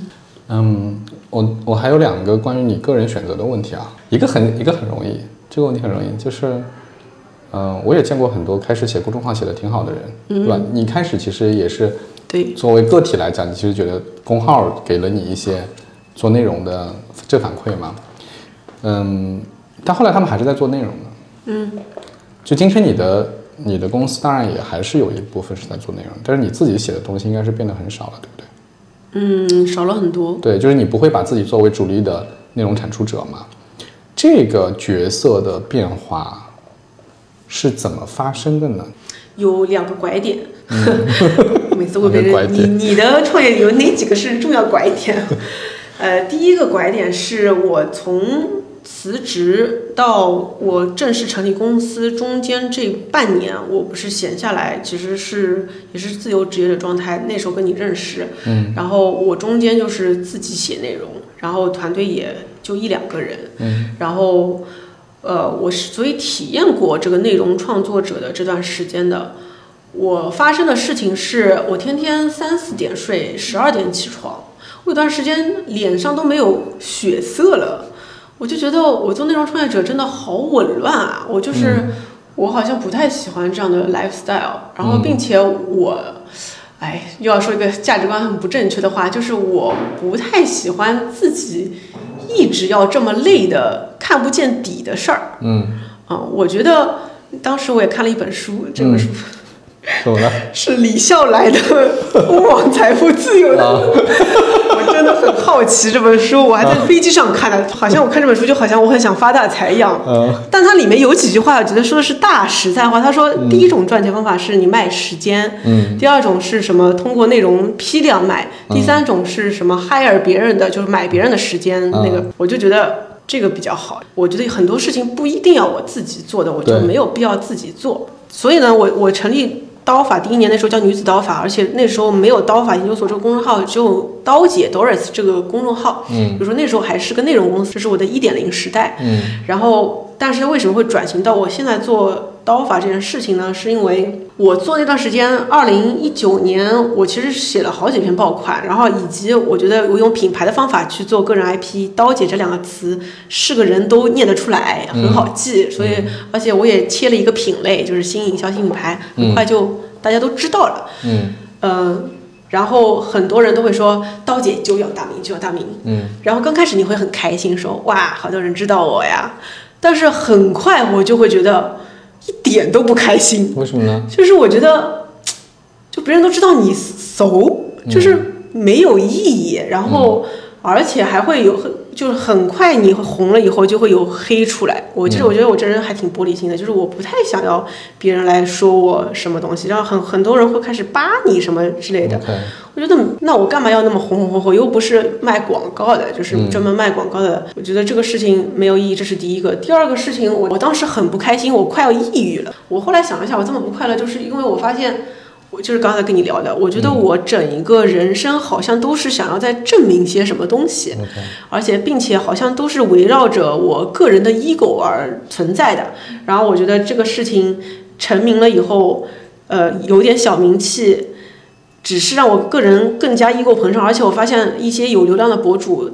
我还有2个关于你个人选择的问题啊，一个很容易，这个问题很容易，就是，我也见过很多开始写公众号写的挺好的人，对吧？你开始其实也是， 对，作为个体来讲，你其实觉得公号给了你一些做内容的正反馈嘛，但后来他们还是在做内容的，就今天你的公司当然也还是有一部分是在做内容，但是你自己写的东西应该是变得很少了，对不对？ 少了很多。 对，就是你不会把自己作为主力的内容产出者嘛？这个角色的变化是怎么发生的呢？ 有2个拐点。每次会被人你的创业有哪几个是重要拐点？第一个拐点是我从辞职到我正式成立公司中间这半年，我不是闲下来，其实也是自由职业的状态。那时候跟你认识，然后我中间就是自己写内容，然后团队也就1-2个人，然后我是所以体验过这个内容创作者的这段时间的。我发生的事情是我天天3-4点睡，12点起床，我有段时间脸上都没有血色了。我就觉得我做内容创业者真的好紊乱啊！我好像不太喜欢这样的 lifestyle， 然后并且又要说一个价值观很不正确的话，就是我不太喜欢自己一直要这么累的看不见底的事儿。我觉得当时我也看了一本书，这本书。 怎么了？ 是李笑来的《通往财富自由的路》。我真的很好奇这本书，我还在飞机上看的，好像我看这本书就好像我很想发大财一样。但它里面有几句话，我觉得说的是大实在话。他说，第一种赚钱方法是你卖时间，第二种是什么？通过内容批量卖，第三种是什么？hire 别人的，就是买别人的时间。那个我就觉得这个比较好。我觉得很多事情不一定要我自己做的，我就没有必要自己做。所以呢，我成立刀法第1年那时候叫女子刀法，而且那时候没有刀法研究所这个公众号，只有刀姐 Doris 这个公众号。比如说那时候还是个内容公司，这是我的1.0时代。然后但是为什么会转型到我现在做刀法这件事情呢？是因为我做那段时间2019年我其实写了好几篇爆款，然后以及我觉得我用品牌的方法去做个人 IP， 刀姐这2个词是个人都念得出来，很好记。所以而且我也切了一个品类，就是新营销新品牌，很快就大家都知道了。然后很多人都会说刀姐就要大名就要大名。然后刚开始你会很开心说哇好多人知道我呀，但是很快我就会觉得一点都不开心。 为什么呢？ 就是我觉得就别人都知道你馊，就是没有意义，然后而且还会有就是很快你红了以后就会有黑出来。我觉得我这人还挺玻璃心的，就是我不太想要别人来说我什么东西，然后很多人会开始扒你什么之类的。我觉得那我干嘛要那么红红火火？又不是卖广告的，就是专门卖广告的。我觉得这个事情没有意义，这是第一个。第二个事情，我当时很不开心，我快要抑郁了。我后来想了想，我这么不快乐，就是因为我发现。我就是刚才跟你聊的，我觉得我整一个人生好像都是想要在证明些什么东西，而且并且好像都是围绕着我个人的 ego 而存在的。然后我觉得这个事情成名了以后，有点小名气，只是让我个人更加 ego 膨胀。而且我发现一些有流量的博主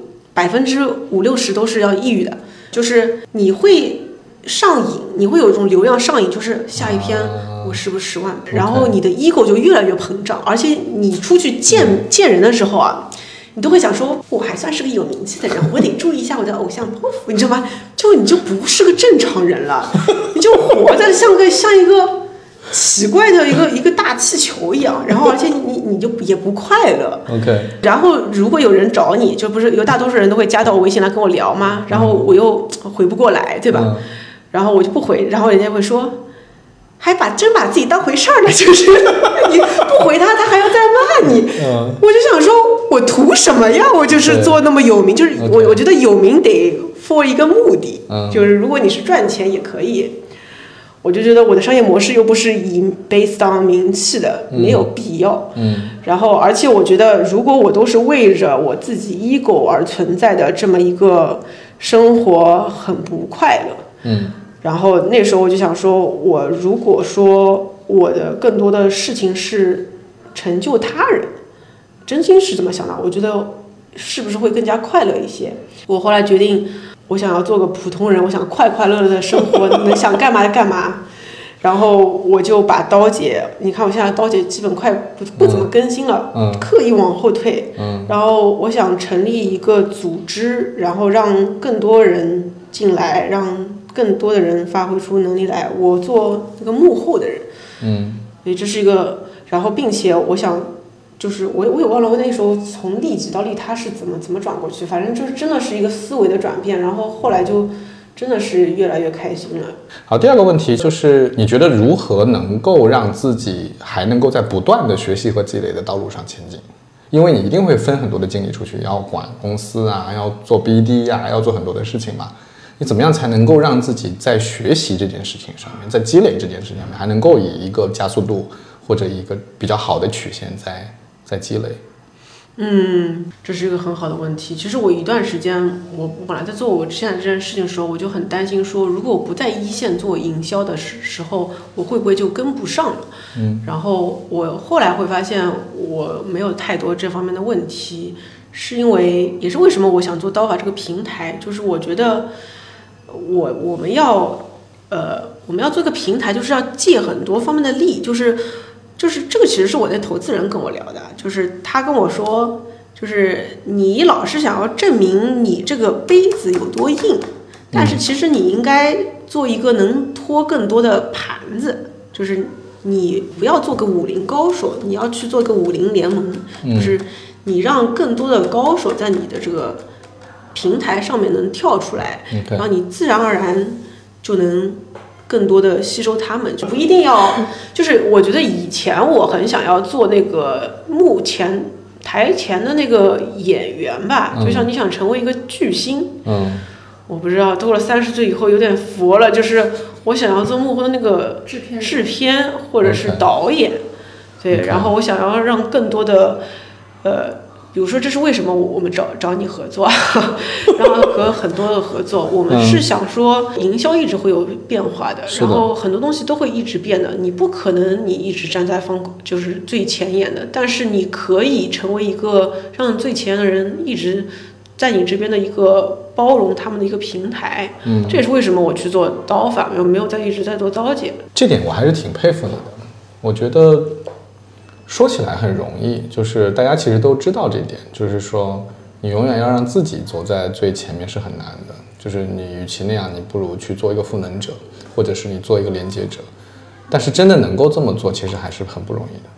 50%-60%都是要抑郁的，就是你会上瘾，你会有一种流量上瘾，就是下一篇我是不是10万，然后你的 ego 就越来越膨胀，而且你出去见人的时候啊，你都会想说，我还算是个有名气的人，我得注意一下我的偶像包袱，你知道吗？你就不是个正常人了，你就活得像一个奇怪的一个大气球一样，然后而且你就也不快乐。然后如果有人找你，就不是有大多数人都会加到我微信来跟我聊吗？然后我又回不过来，对吧？然后我就不回，然后人家会说。还真把自己当回事儿了，就是你不回他还要再骂你。我就想说，我图什么呀？我就是做那么有名，就是我觉得有名得 for 一个目的，就是如果你是赚钱也可以。我就觉得我的商业模式又不是以 based on 名气的，没有必要。然后而且我觉得，如果我都是为着我自己 ego 而存在的这么一个生活，很不快乐。然后那时候我就想说，我如果说我的更多的事情是成就他人，真心是这么想的，我觉得是不是会更加快乐一些？我后来决定，我想要做个普通人，我想快快乐乐的生活，能想干嘛就干嘛。然后我就把刀姐，你看我现在刀姐基本快不怎么更新了，刻意往后退。然后我想成立一个组织，然后让更多人进来，让更多的人发挥出能力来，我做那个幕后的人。所以这是一个，然后并且我想，就是我也忘了我那时候从利己到利他是怎么转过去，反正就是真的是一个思维的转变，然后后来就真的是越来越开心了。 好，第二个问题就是你觉得如何能够让自己还能够在不断的学习和积累的道路上前进？因为你一定会分很多的精力出去，要管公司啊，要做 BD 啊，要做很多的事情嘛。你怎么样才能够让自己在学习这件事情上面，在积累这件事情上面，还能够以一个加速度或者一个比较好的曲线在积累？ 这是一个很好的问题。其实我一段时间，我本来在做我现在这件事情的时候，我就很担心说，如果我不在一线做营销的时候，我会不会就跟不上了？然后我后来会发现，我没有太多这方面的问题，是因为也是为什么我想做刀法这个平台，就是我觉得。我们要做一个平台，就是要借很多方面的力，就是这个其实是我的投资人跟我聊的，就是他跟我说，就是你老是想要证明你这个杯子有多硬，但是其实你应该做一个能托更多的盘子，就是你不要做个50高手，你要去做一个50联盟，就是你让更多的高手在你的这个平台上面能跳出来，然后你自然而然就能更多的吸收他们，就不一定要，就是我觉得以前我很想要做那个台前的那个演员吧，就像你想成为一个巨星，我不知道到了30岁以后有点佛了，就是我想要做幕后的那个制片或者是导演，对，然后我想要让更多的比如说这是为什么我们找你合作，然后和很多的合作，我们是想说营销一直会有变化的，然后很多东西都会一直变的，你不可能你一直站在就是最前沿的，但是你可以成为一个让最前沿的人一直在你这边的一个包容他们的一个平台。这也是为什么我去做刀法，没有一直在做刀姐。 这点我还是挺佩服你的，我觉得说起来很容易，就是大家其实都知道这一点，就是说你永远要让自己走在最前面是很难的，就是你与其那样，你不如去做一个赋能者，或者是你做一个连接者，但是真的能够这么做其实还是很不容易的。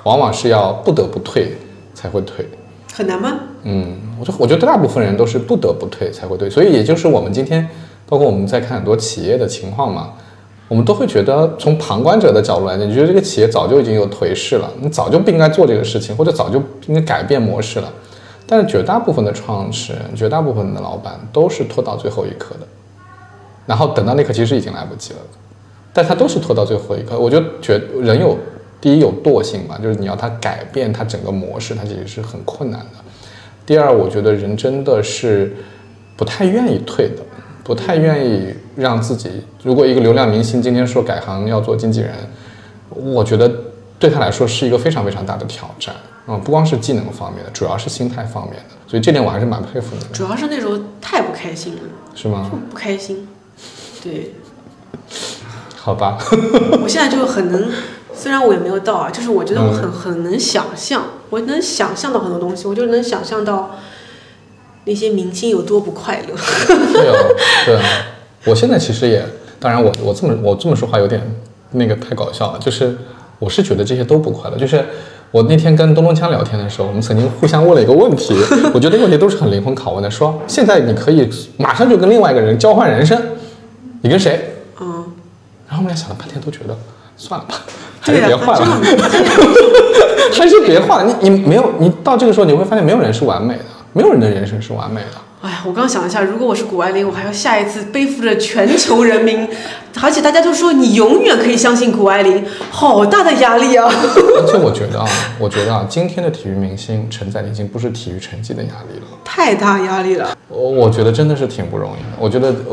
往往是要不得不退才会退。 很难吗？ 我觉得大部分人都是不得不退才会退，所以也就是我们今天，包括我们在看很多企业的情况嘛，我们都会觉得从旁观者的角度来讲，你觉得这个企业早就已经有颓势了，你早就不应该做这个事情，或者早就应该改变模式了。但是绝大部分的创始人，绝大部分的老板都是拖到最后一刻的，然后等到那刻其实已经来不及了，但他都是拖到最后一刻。我就觉得人有第一有惰性嘛，就是你要他改变他整个模式，他其实是很困难的。第二，我觉得人真的是不太愿意退的，不太愿意让自己，如果一个流量明星今天说改行要做经纪人，我觉得对他来说是一个非常非常大的挑战。不光是技能方面的，主要是心态方面的，所以这点我还是蛮佩服你的。 主要是那时候太不开心了。 是吗？ 不开心，对。 好吧。 我现在就很能，虽然我也没有到啊，就是我觉得我很能想象，我能想象到很多东西，我就能想象到那些明星有多不快乐。 对啊，我现在其实也，当然我这么说话有点那个太搞笑了，就是我是觉得这些都不快乐，就是我那天跟东东锵聊天的时候，我们曾经互相问了一个问题，我觉得问题都是很灵魂拷问的，说现在你可以马上就跟另外一个人交换人生，你跟谁？然后我们俩想了半天都觉得算了吧，还是别换了，还是别换了。你没有，你到这个时候你会发现没有人是完美的，没有人的人生是完美的。 哎呀，我刚想一下，如果我是谷爱凌，我还要下一次背负着全球人民，而且大家都说你永远可以相信谷爱凌，好大的压力啊！ 而且我觉得啊，今天的体育明星承载的已经不是体育成绩的压力了， 太大压力了。 我觉得真的是挺不容易的。我觉得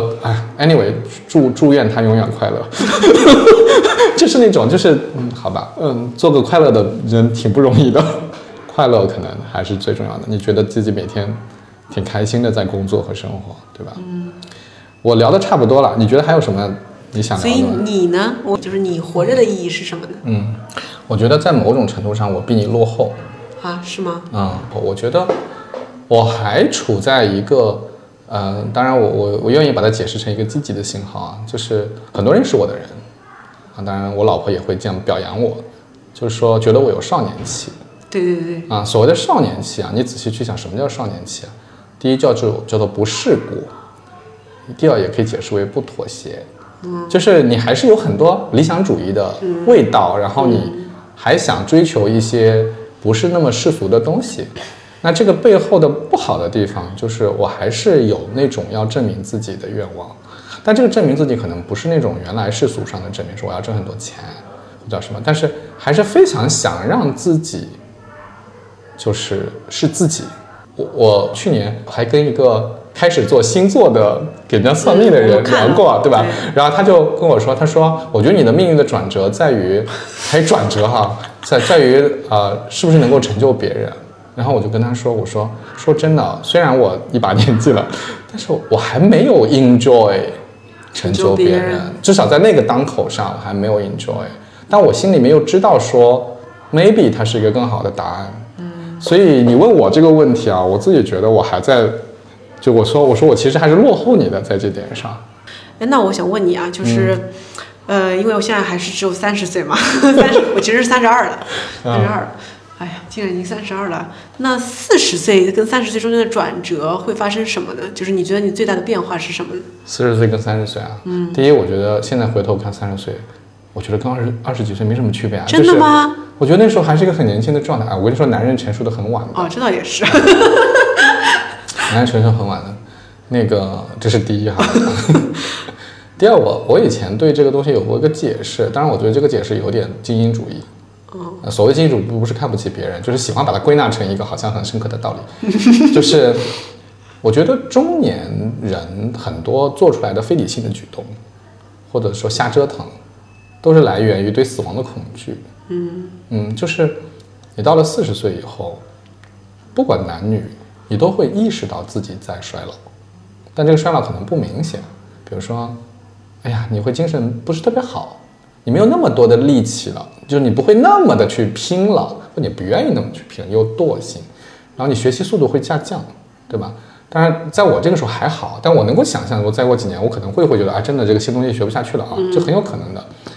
anyway， 祝愿他永远快乐。就是那种好吧，做个快乐的人挺不容易的，快乐可能还是最重要的。你觉得自己每天挺开心的在工作和生活，对吧？我聊的差不多了，你觉得还有什么你想聊的？ 所以你呢？就是你活着的意义是什么呢？ 我觉得在某种程度上我比你落后。 啊，是吗？ 我觉得我还处在一个当然我愿意把它解释成一个积极的信号啊，就是很多认识我的人啊，当然我老婆也会这样表扬我，就是说觉得我有少年气。 对啊，所谓的少年气啊，你仔细去想什么叫少年气啊？第一叫做不世故，第二也可以解释为不妥协，就是你还是有很多理想主义的味道，然后你还想追求一些不是那么世俗的东西。那这个背后的不好的地方就是我还是有那种要证明自己的愿望，但这个证明自己可能不是那种原来世俗上的证明，说我要挣很多钱或者什么，但是还是非常想让自己是自己。我去年还跟一个开始做星座的给人家算命的人聊过，对吧？然后他就跟我说，他说我觉得你的命运的转折在于，还转折哈，在于是不是能够成就别人。然后我就跟他说，我说真的，虽然我一把年纪了，但是我还没有 enjoy 成就别人，至少在那个当口上我还没有 enjoy， 但我心里面又知道说 maybe 它是一个更好的答案。所以你问我这个问题啊，我自己觉得我还在，就我说我其实还是落后你的在这点上。 那我想问你啊，就是因为我现在还是只有30岁嘛我其实是32了，32了。哎呀，竟然已经32了。那40岁跟30岁中间的转折会发生什么呢？就是你觉得你最大的变化是什么呢 ？40岁跟30岁啊，第一，我觉得现在回头看30岁，我觉得跟二十几岁没什么区别啊。 真的吗？ 我觉得那时候还是一个很年轻的状态啊。我跟你说，男人成熟的很晚的。 这倒也是。 男人成熟很晚的，那个这是第一哈。第二，我以前对这个东西有过一个解释，当然我觉得这个解释有点精英主义。所谓精英主义不是看不起别人，就是喜欢把它归纳成一个好像很深刻的道理。就是我觉得中年人很多做出来的非理性的举动，或者说瞎折腾，都是来源于对死亡的恐惧。就是你到了40岁以后，不管男女，你都会意识到自己在衰老，但这个衰老可能不明显。比如说，哎呀，你会精神不是特别好，你没有那么多的力气了，就是你不会那么的去拼了，或你不愿意那么去拼，你有惰性，然后你学习速度会下降，对吧？当然，在我这个时候还好，但我能够想象，我再过几年，我可能会觉得，真的这个新东西学不下去了啊，这很有可能的。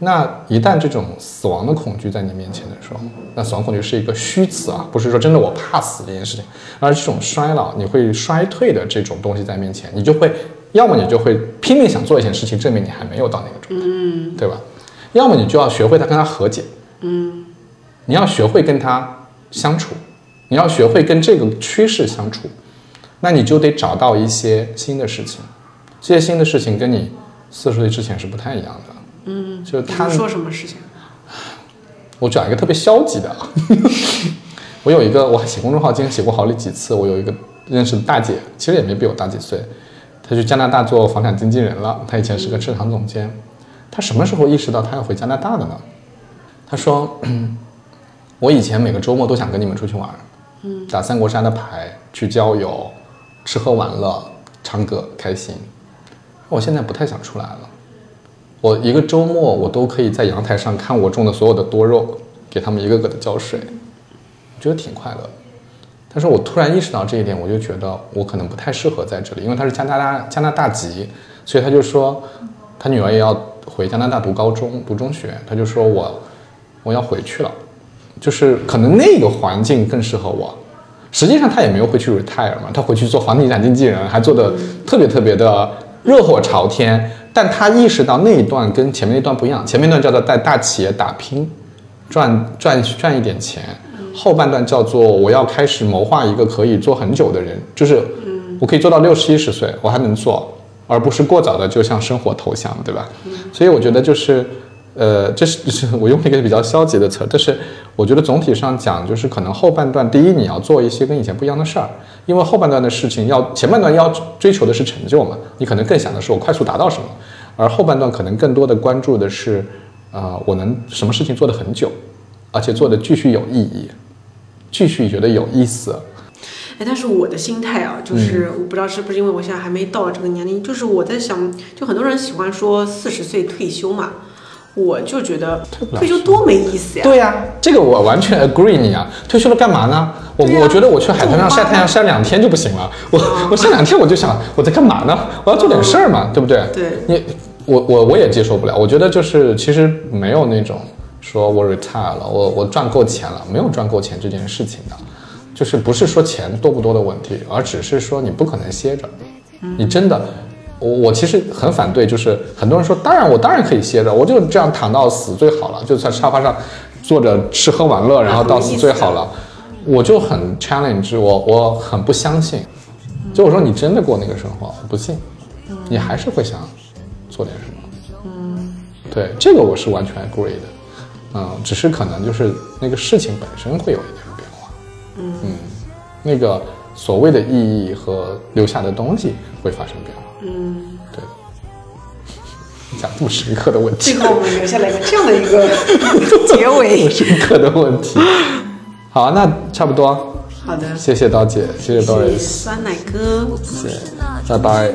那一旦这种死亡的恐惧在你面前的时候，那死亡恐惧是一个虚词啊，不是说真的我怕死这件事情，而这种衰老你会衰退的这种东西在面前，你就会要么你就会拼命想做一件事情证明你还没有到那个状态，对吧？要么你就要学会跟他和解，你要学会跟他相处，你要学会跟这个趋势相处，那你就得找到一些新的事情，这些新的事情跟你40岁之前是不太一样的。就是他说什么事情？ 我讲一个特别消极的啊，我有一个我写公众号，今天写过好几次。我有一个认识的大姐，其实也没比我大几岁，她去加拿大做房产经纪人了。她以前是个市场总监。她什么时候意识到她要回加拿大的呢？她说：“我以前每个周末都想跟你们出去玩，打三国杀的牌，去郊游，吃喝玩乐，唱歌开心。我现在不太想出来了。我一个周末我都可以在阳台上看我种的所有的多肉，给他们一个个的浇水，我觉得挺快乐的。但是我突然意识到这一点，我就觉得我可能不太适合在这里，因为他是加拿大籍，所以他就说他女儿也要回加拿大读高中读中学，他就说我要回去了，就是可能那个环境更适合我。实际上他也没有回去 retire 嘛，他回去做房地产经纪人，还做的特别的热火朝天。但他意识到那一段跟前面那段不一样，前面一段叫做在大企业打拼，赚一点钱，后半段叫做我要开始谋划一个可以做很久的人，就是我可以做到60、70岁，我还能做，而不是过早的就向生活投降，对吧？所以我觉得就是这是我用了一个比较消极的词，但是我觉得总体上讲，就是可能后半段，第一你要做一些跟以前不一样的事儿，因为后半段的事情前半段要追求的是成就嘛，你可能更想的是我快速达到什么，而后半段可能更多的关注的是，我能什么事情做得很久，而且做的继续有意义，继续觉得有意思。 但是我的心态啊，就是我不知道是不是因为我现在还没到这个年龄，就是我在想，就很多人喜欢说40岁退休嘛。我就觉得退休多没意思呀！ 对呀，这个我完全 agree 你啊！退休了干嘛呢？我觉得我去海滩上晒太阳晒2天就不行了。我晒2天我就想我在干嘛呢？我要做点事儿嘛，对不对？ 对。 我也接受不了。我觉得就是其实没有那种说我 retire 了，我赚够钱了，没有赚够钱这件事情的，就是不是说钱多不多的问题，而只是说你不可能歇着，你真的。我其实很反对，就是很多人说，我当然可以歇着，我就这样躺到死最好了，就在沙发上坐着吃喝玩乐，然后到死最好了。我就很 challenge， 我很不相信。就我说你真的过那个生活，我不信，你还是会想做点什么。对，这个我是完全 agree 的。只是可能就是那个事情本身会有一点变化。那个所谓的意义和留下的东西会发生变化。对，讲这么深刻的问题， 最后我们留下来一个这样的一个结尾， 深刻的问题。好，那差不多。 好的， 谢谢刀姐，谢谢 Doris， 酸奶哥， 谢谢，拜拜。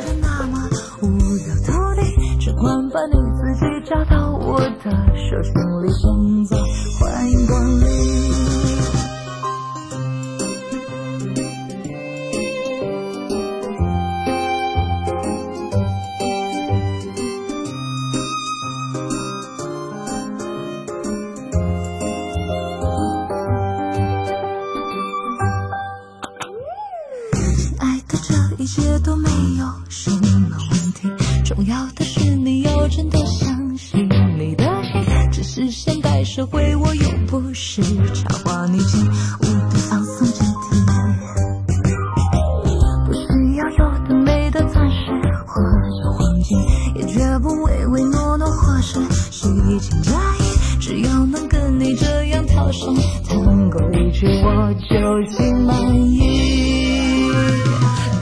只管把你自己交到我的手心里，现在欢迎光临。一切都没有什么问题，重要的是你要真的相信你的心，只是现代社会我又不是插花女警，无比放松肢体，不需要有的没的钻石或者黄金，也绝不唯唯诺诺或是虚情假意，只要能跟你这样跳上探戈一曲，我就心满意。